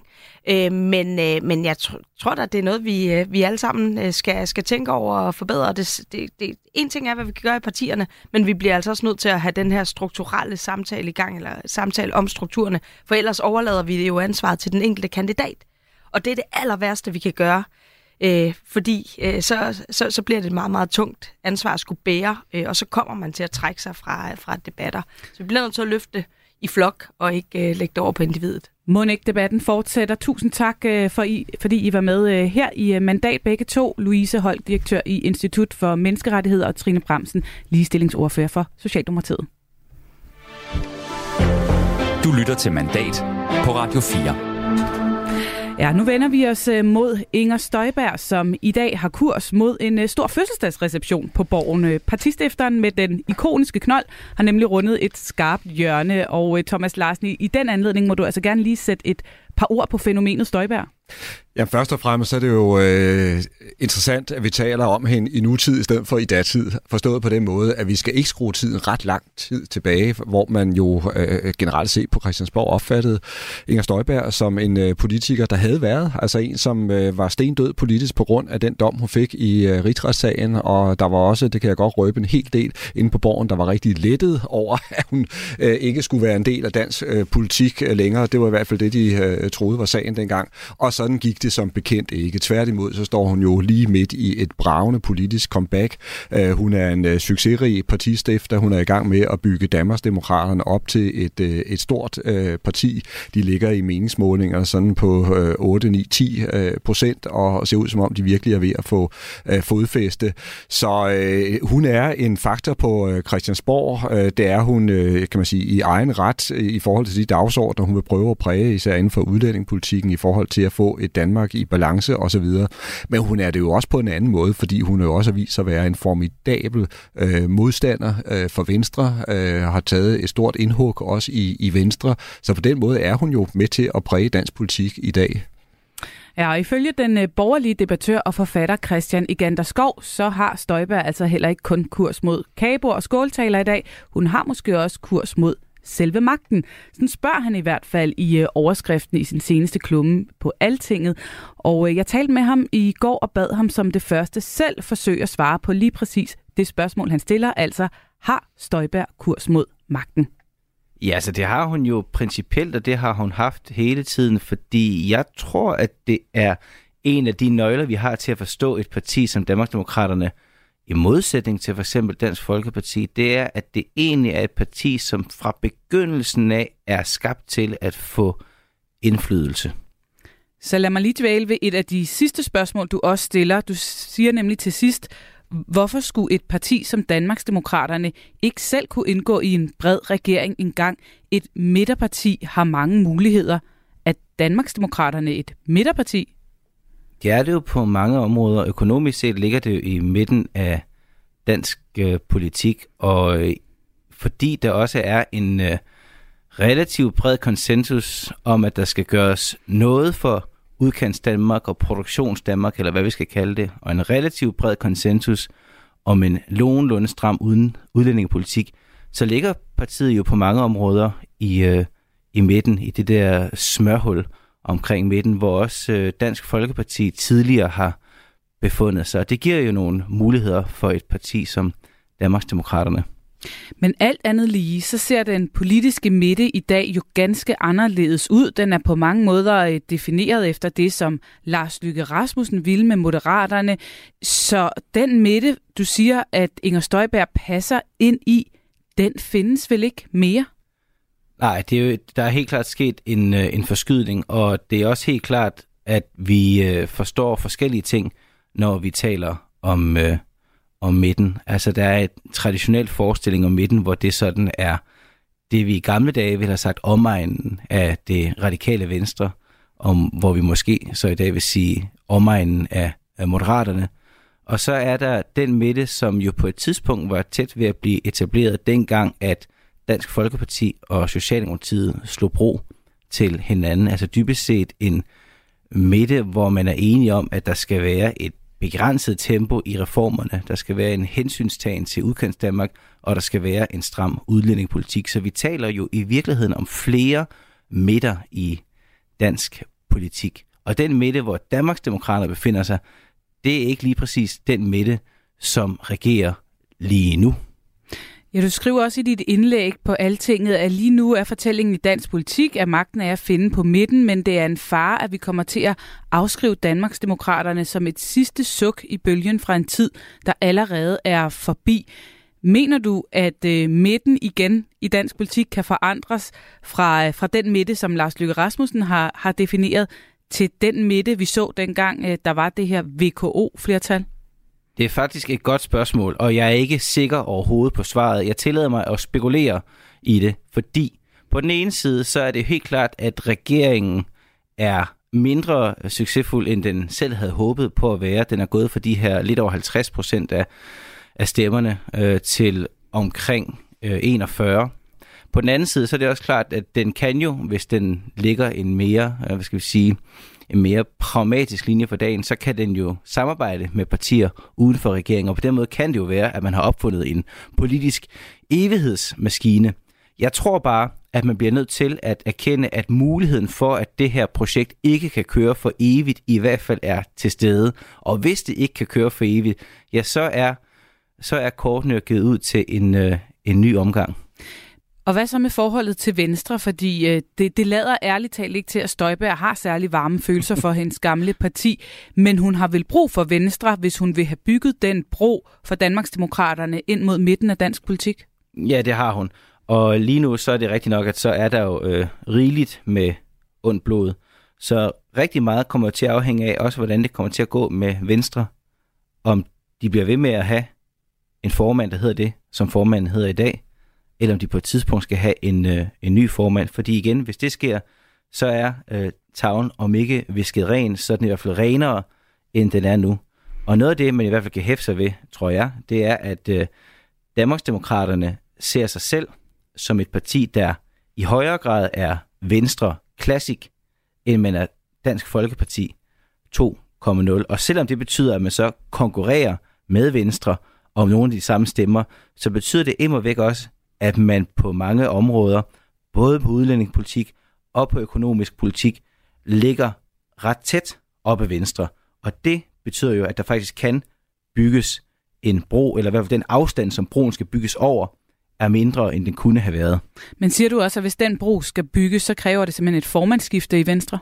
Men jeg tror da, det er noget, vi alle sammen skal tænke over og forbedre. En ting er, hvad vi kan gøre i partierne, men vi bliver altså også nødt til at have den her strukturelle samtale i gang, eller samtale om strukturerne. For ellers overlader vi det jo ansvaret til den enkelte kandidat. Og det er det aller værste, vi kan gøre. Fordi så bliver det et meget, meget tungt ansvar at skulle bære, og så kommer man til at trække sig fra debatter. Så vi bliver nødt til at løfte i flok, og ikke lægge det over på individet. Monik-debatten fortsætter. Tusind tak, fordi I var med her i Mandat begge to. Louise Holk, direktør i Institut for Menneskerettigheder, og Trine Bramsen, ligestillingsordfører for Socialdemokratiet. Du lytter til Mandat på Radio 4. Ja, nu vender vi os mod Inger Støjberg, som i dag har kurs mod en stor fødselsdagsreception på Borgen. Partistifteren med den ikoniske knold har nemlig rundet et skarpt hjørne, og Thomas Larsen, i den anledning må du altså gerne lige sætte et par ord på fænomenet Støjberg. Ja, først og fremmest så er det jo interessant, at vi taler om hende i nutid i stedet for i datid. Forstået på den måde, at vi skal ikke skrue tiden ret lang tid tilbage, hvor man jo generelt set på Christiansborg opfattede Inger Støjberg som en politiker, der havde været. Altså en, som var stendød politisk på grund af den dom, hun fik i rigsretssagen. Og der var også, det kan jeg godt røbe, en hel del inde på Borgen, der var rigtig lettet over, at hun ikke skulle være en del af dansk politik længere. Det var i hvert fald det, de troede var sagen dengang. Og sådan gik det som bekendt ikke. Tværtimod, så står hun jo lige midt i et bragende politisk comeback. Hun er en succesrig partistifter. Hun er i gang med at bygge Danmarksdemokraterne op til et stort parti. De ligger i meningsmålinger sådan på 8-9-10%, og ser ud som om de virkelig er ved at få fodfæste. Så hun er en faktor på Christiansborg. Det er hun, kan man sige, i egen ret i forhold til de dagsordner, hun vil prøve at præge, især inden for udlændingepolitikken, i forhold til at få et Danmark i balance osv. Men hun er det jo også på en anden måde, fordi hun jo også har vist sig at være en formidabel modstander for Venstre, har taget et stort indhug også i Venstre. Så på den måde er hun jo med til at præge dansk politik i dag. Ja, og ifølge den borgerlige debattør og forfatter Christian Igander Skov, så har Støjberg altså heller ikke kun kurs mod kagebord og skåltaler i dag. Hun har måske også kurs mod selve magten. Sådan spørger han i hvert fald i overskriften i sin seneste klumme på Altinget. Og jeg talte med ham i går og bad ham som det første selv forsøge at svare på lige præcis det spørgsmål, han stiller. Altså, har Støjberg kurs mod magten? Ja, så det har hun jo principielt, og det har hun haft hele tiden, fordi jeg tror, at det er en af de nøgler, vi har til at forstå et parti som Danmarksdemokraterne, i modsætning til for eksempel Dansk Folkeparti, det er, at det egentlig er et parti, som fra begyndelsen af er skabt til at få indflydelse. Så lad mig lige dvæle ved et af de sidste spørgsmål, du også stiller. Du siger nemlig til sidst, hvorfor skulle et parti som Danmarksdemokraterne ikke selv kunne indgå i en bred regering engang? Et midterparti har mange muligheder. Er Danmarksdemokraterne et midterparti? Det er det jo på mange områder. Økonomisk set ligger det jo i midten af dansk politik, og fordi der også er en relativt bred konsensus om, at der skal gøres noget for udkants Danmark og produktions Danmark, eller hvad vi skal kalde det, og en relativt bred konsensus om en nogenlunde stram udlændingepolitik, så ligger partiet jo på mange områder i midten, i det der smørhul omkring midten, hvor også Dansk Folkeparti tidligere har befundet sig. Det giver jo nogle muligheder for et parti som Danmarksdemokraterne. Men alt andet lige, så ser den politiske midte i dag jo ganske anderledes ud. Den er på mange måder defineret efter det, som Lars Løkke Rasmussen ville med Moderaterne. Så den midte, du siger, at Inger Støjberg passer ind i, den findes vel ikke mere? Nej, der er helt klart sket en forskydning, og det er også helt klart, at vi forstår forskellige ting, når vi taler om midten. Altså, der er et traditionelt forestilling om midten, hvor det sådan er det, vi i gamle dage ville have sagt omegnen af det radikale venstre, hvor vi måske så i dag vil sige omegnen af Moderaterne. Og så er der den midte, som jo på et tidspunkt var tæt ved at blive etableret dengang, at Dansk Folkeparti og Socialdemokratiet slog bro til hinanden. Altså dybest set en midte, hvor man er enige om, at der skal være et begrænset tempo i reformerne. Der skal være en hensynstagen til udkants Danmark, og der skal være en stram udlændingepolitik. Så vi taler jo i virkeligheden om flere midter i dansk politik. Og den midte, hvor Danmarksdemokraterne befinder sig, det er ikke lige præcis den midte, som regerer lige nu. Ja, du skriver også i dit indlæg på Altinget, at lige nu er fortællingen i dansk politik, at magten er at finde på midten, men det er en fare, at vi kommer til at afskrive Danmarksdemokraterne som et sidste suk i bølgen fra en tid, der allerede er forbi. Mener du, at midten igen i dansk politik kan forandres fra den midte, som Lars Løkke Rasmussen har defineret, til den midte, vi så dengang, der var det her VKO-flertal? Det er faktisk et godt spørgsmål, og jeg er ikke sikker overhovedet på svaret. Jeg tillader mig at spekulere i det, fordi på den ene side, så er det helt klart, at regeringen er mindre succesfuld, end den selv havde håbet på at være. Den er gået fra de her lidt over 50% af stemmerne til omkring 41. På den anden side, så er det også klart, at den kan jo, hvis den ligger en mere, en mere pragmatisk linje for dagen, så kan den jo samarbejde med partier uden for regeringen, og på den måde kan det jo være, at man har opfundet en politisk evighedsmaskine. Jeg tror bare, at man bliver nødt til at erkende, at muligheden for, at det her projekt ikke kan køre for evigt, i hvert fald er til stede. Og hvis det ikke kan køre for evigt, ja, så er kortene givet ud til en ny omgang. Og hvad så med forholdet til Venstre? Fordi det lader ærligt talt ikke til, at Støjberg har særlig varme følelser for hendes gamle parti, men hun har vel brug for Venstre, hvis hun vil have bygget den bro for Danmarksdemokraterne ind mod midten af dansk politik? Ja, det har hun. Og lige nu så er det rigtigt nok, at så er der jo rigeligt med ondt blod. Så rigtig meget kommer til at afhænge af også, hvordan det kommer til at gå med Venstre. Om de bliver ved med at have en formand, der hedder det, som formanden hedder i dag, eller om de på et tidspunkt skal have en ny formand. Fordi igen, hvis det sker, så er tavlen om ikke visket ren, så er den i hvert fald renere, end den er nu. Og noget af det, man i hvert fald kan hæfte sig ved, tror jeg, det er, at Danmarksdemokraterne ser sig selv som et parti, der i højere grad er Venstre klassik, end man er Dansk Folkeparti 2.0. Og selvom det betyder, at man så konkurrerer med Venstre om nogle af de samme stemmer, så betyder det immer væk også, at man på mange områder, både på udlændingepolitik og på økonomisk politik, ligger ret tæt op ad Venstre. Og det betyder jo, at der faktisk kan bygges en bro, eller i hvert fald den afstand, som broen skal bygges over, er mindre, end den kunne have været. Men siger du også, at hvis den bro skal bygges, så kræver det simpelthen et formandsskifte i Venstre?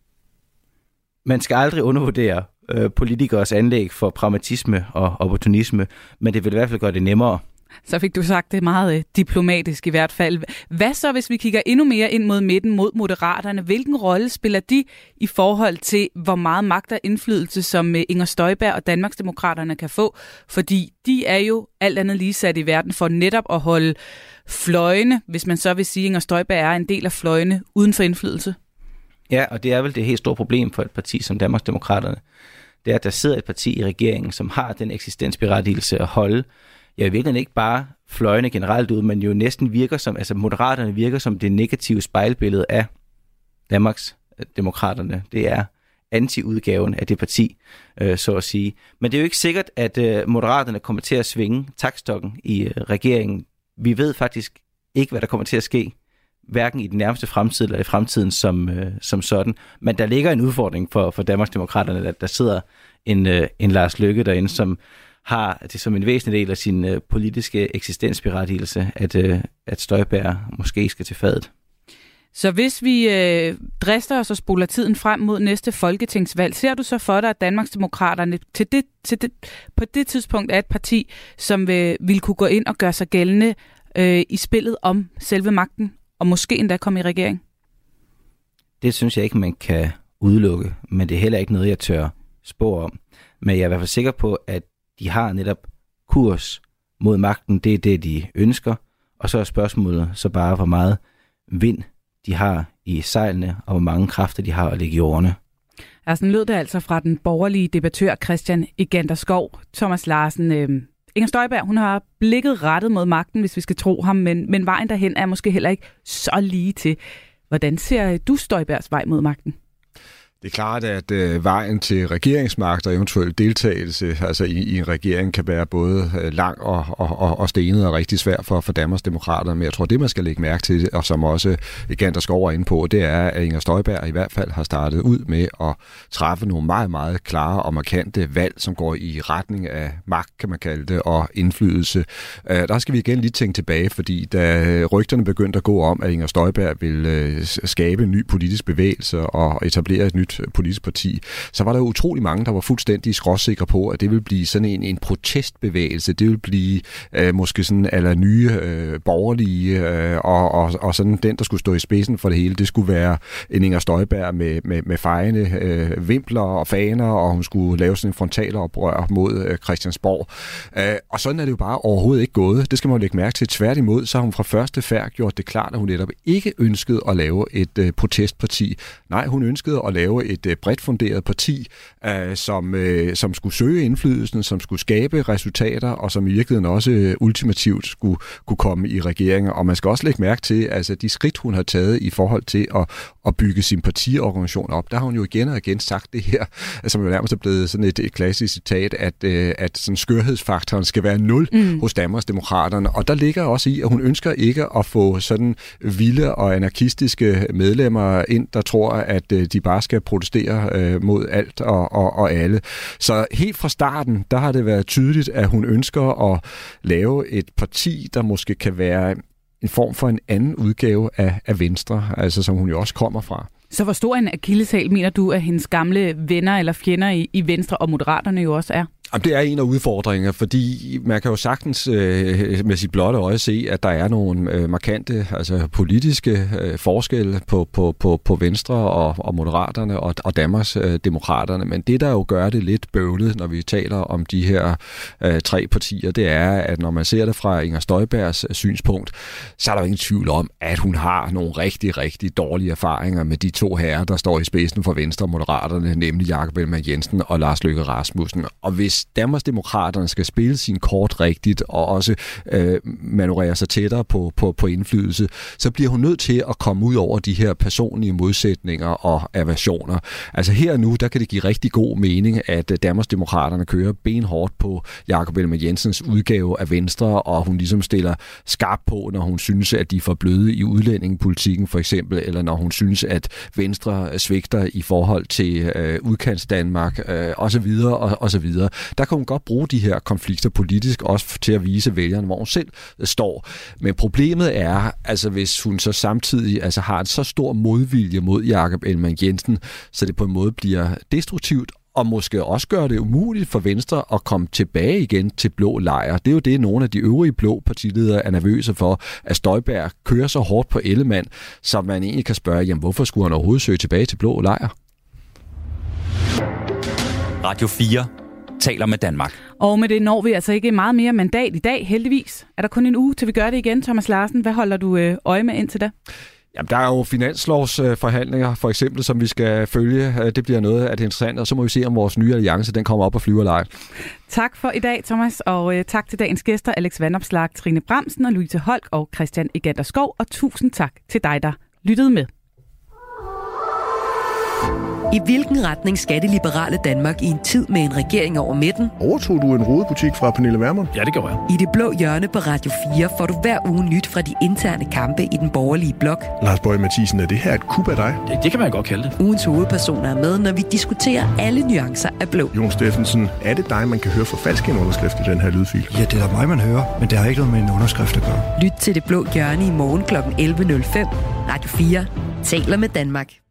Man skal aldrig undervurdere politikers anlæg for pragmatisme og opportunisme, men det vil i hvert fald gøre det nemmere. Så fik du sagt det meget diplomatisk i hvert fald. Hvad så, hvis vi kigger endnu mere ind mod midten, mod Moderaterne? Hvilken rolle spiller de i forhold til, hvor meget magt og indflydelse, som Inger Støjberg og Danmarksdemokraterne kan få? Fordi de er jo alt andet lige sat i verden for netop at holde fløjene, hvis man så vil sige, at Inger Støjberg er en del af fløjene uden for indflydelse. Ja, og det er vel det helt store problem for et parti som Danmarksdemokraterne. Det er, at der sidder et parti i regeringen, som har den eksistensberettigelse at holde. Jeg virkelig ikke bare fløjene generelt ud, men jo næsten virker som, altså Moderaterne virker som det negative spejlbillede af Danmarksdemokraterne. Det er anti-udgaven af det parti, så at sige. Men det er jo ikke sikkert, at Moderaterne kommer til at svinge taktstokken i regeringen. Vi ved faktisk ikke, hvad der kommer til at ske, hverken i den nærmeste fremtid eller i fremtiden som sådan. Men der ligger en udfordring for Danmarksdemokraterne, at der sidder en Lars Løkke derinde, som har det som en væsentlig del af sin politiske eksistensberettigelse, at Støjberg måske skal til fadet. Så hvis vi drister os og spoler tiden frem mod næste folketingsvalg, ser du så for dig, at Danmarksdemokraterne på det tidspunkt er et parti, som vil kunne gå ind og gøre sig gældende i spillet om selve magten, og måske endda komme i regering? Det synes jeg ikke, man kan udelukke, men det er heller ikke noget, jeg tør spå om. Men jeg er i hvert fald sikker på, at de har netop kurs mod magten. Det er det, de ønsker. Og så er spørgsmålet så bare, hvor meget vind de har i sejlene, og hvor mange kræfter de har at lægge i årene. Sådan lød det altså fra den borgerlige debattør Christian Igander Skov. Thomas Larsen, Inger Støjberg, hun har blikket rettet mod magten, hvis vi skal tro ham, men vejen derhen er måske heller ikke så lige til. Hvordan ser du Støjbergs vej mod magten? Det er klart, at vejen til regeringsmagt og eventuel deltagelse altså i en regering kan være både lang og stenet og rigtig svær for Danmarksdemokraterne. Men jeg tror, det man skal lægge mærke til, og som også Igander Skov er inde på, det er, at Inger Støjberg i hvert fald har startet ud med at træffe nogle meget, meget klare og markante valg, som går i retning af magt, kan man kalde det, og indflydelse. Der skal vi igen lige tænke tilbage, fordi da rygterne begyndte at gå om, at Inger Støjberg vil skabe en ny politisk bevægelse og etablere et nyt politisk parti, så var der utrolig mange, der var fuldstændig skråsikre på, at det ville blive sådan en protestbevægelse. Det ville blive måske sådan eller nye borgerlige, og sådan den, der skulle stå i spidsen for det hele, det skulle være en Inger Støjberg med fejende vimpler og faner, og hun skulle lave sådan en frontaloprør mod Christiansborg. Og sådan er det jo bare overhovedet ikke gået. Det skal man jo lægge mærke til. Tværtimod, så har hun fra første færd gjort det klart, at hun netop ikke ønskede at lave et protestparti. Nej, hun ønskede at lave et bredt funderet parti, som skulle søge indflydelsen, som skulle skabe resultater, og som i virkeligheden også ultimativt skulle kunne komme i regeringen. Og man skal også lægge mærke til, altså de skridt, hun har taget i forhold til at bygge sin partiorganisation op. Der har hun jo igen og igen sagt det her, som jo nærmest er blevet sådan et klassisk citat, at sådan skørhedsfaktoren skal være 0 hos Danmarksdemokraterne. Og der ligger også i, at hun ønsker ikke at få sådan vilde og anarkistiske medlemmer ind, der tror, at de bare skal protestere mod alt og alle. Så helt fra starten, der har det været tydeligt, at hun ønsker at lave et parti, der måske kan være en form for en anden udgave af Venstre, altså som hun jo også kommer fra. Så hvor stor en akilleshæl mener du, at hendes gamle venner eller fjender i Venstre og Moderaterne jo også er? Jamen, det er en af udfordringerne, fordi man kan jo sagtens med sit blotte øje se, at der er nogle markante altså politiske forskelle på Venstre og Moderaterne og Danmarksdemokraterne. Men det, der jo gør det lidt bøvlet, når vi taler om de her tre partier, det er, at når man ser det fra Inger Støjbergs synspunkt, så er der jo ingen tvivl om, at hun har nogle rigtig, rigtig dårlige erfaringer med de to herrer, der står i spidsen for Venstre og Moderaterne, nemlig Jakob Ellemann-Jensen og Lars Løkke Rasmussen. Og hvis Danmarksdemokraterne skal spille sin kort rigtigt og også manøvrere sig tættere på indflydelse, så bliver hun nødt til at komme ud over de her personlige modsætninger og aversioner. Altså her nu, der kan det give rigtig god mening, at Danmarksdemokraterne kører benhårdt på Jakob Ellemann-Jensens udgave af Venstre, og hun ligesom stiller skarp på, når hun synes, at de er for bløde i udlændingepolitikken for eksempel, eller når hun synes, at Venstre svigter i forhold til udkants Danmark osv. osv. Der kan hun godt bruge de her konflikter politisk også til at vise vælgerne, hvor hun selv står. Men problemet er, altså hvis hun så samtidig altså har en så stor modvilje mod Jakob Ellemann-Jensen, så det på en måde bliver destruktivt, og måske også gør det umuligt for Venstre at komme tilbage igen til blå lejr. Det er jo det, nogle af de øvrige blå partiledere er nervøse for, at Støjberg kører så hårdt på Ellemann, så man egentlig kan spørge, jamen hvorfor skulle han overhovedet søge tilbage til blå lejr? Radio 4 taler med Danmark. Og med det når vi altså ikke meget mere mandat i dag, heldigvis. Er der kun en uge, til vi gør det igen, Thomas Larsen? Hvad holder du øje med indtil da? Jamen, der er jo finanslovsforhandlinger, for eksempel, som vi skal følge. Det bliver noget af det interessante, og så må vi se, om vores nye alliance den kommer op og flyver live. Tak for i dag, Thomas, og tak til dagens gæster, Alex Vanopslagh, Trine Bramsen og Louise Holk og Christian Igander Skov, og tusind tak til dig, der lyttede med. I hvilken retning skal det liberale Danmark i en tid med en regering over midten? Overtog du en rodebutik fra Pernille Vermund? Ja, det gjorde jeg. I Det Blå Hjørne på Radio 4 får du hver uge nyt fra de interne kampe i den borgerlige blok. Lars Boje Mathiesen, er det her et kup af dig? Det kan man godt kalde det. Ugens hovedpersoner er med, når vi diskuterer alle nuancer af blå. Jon Steffensen, er det dig, man kan høre forfalske en underskrift i den her lydfil? Ja, det er da mig, man hører, men det har ikke noget med en underskrift at gøre. Lyt til Det Blå Hjørne i morgen kl. 11.05. Radio 4 taler med Danmark.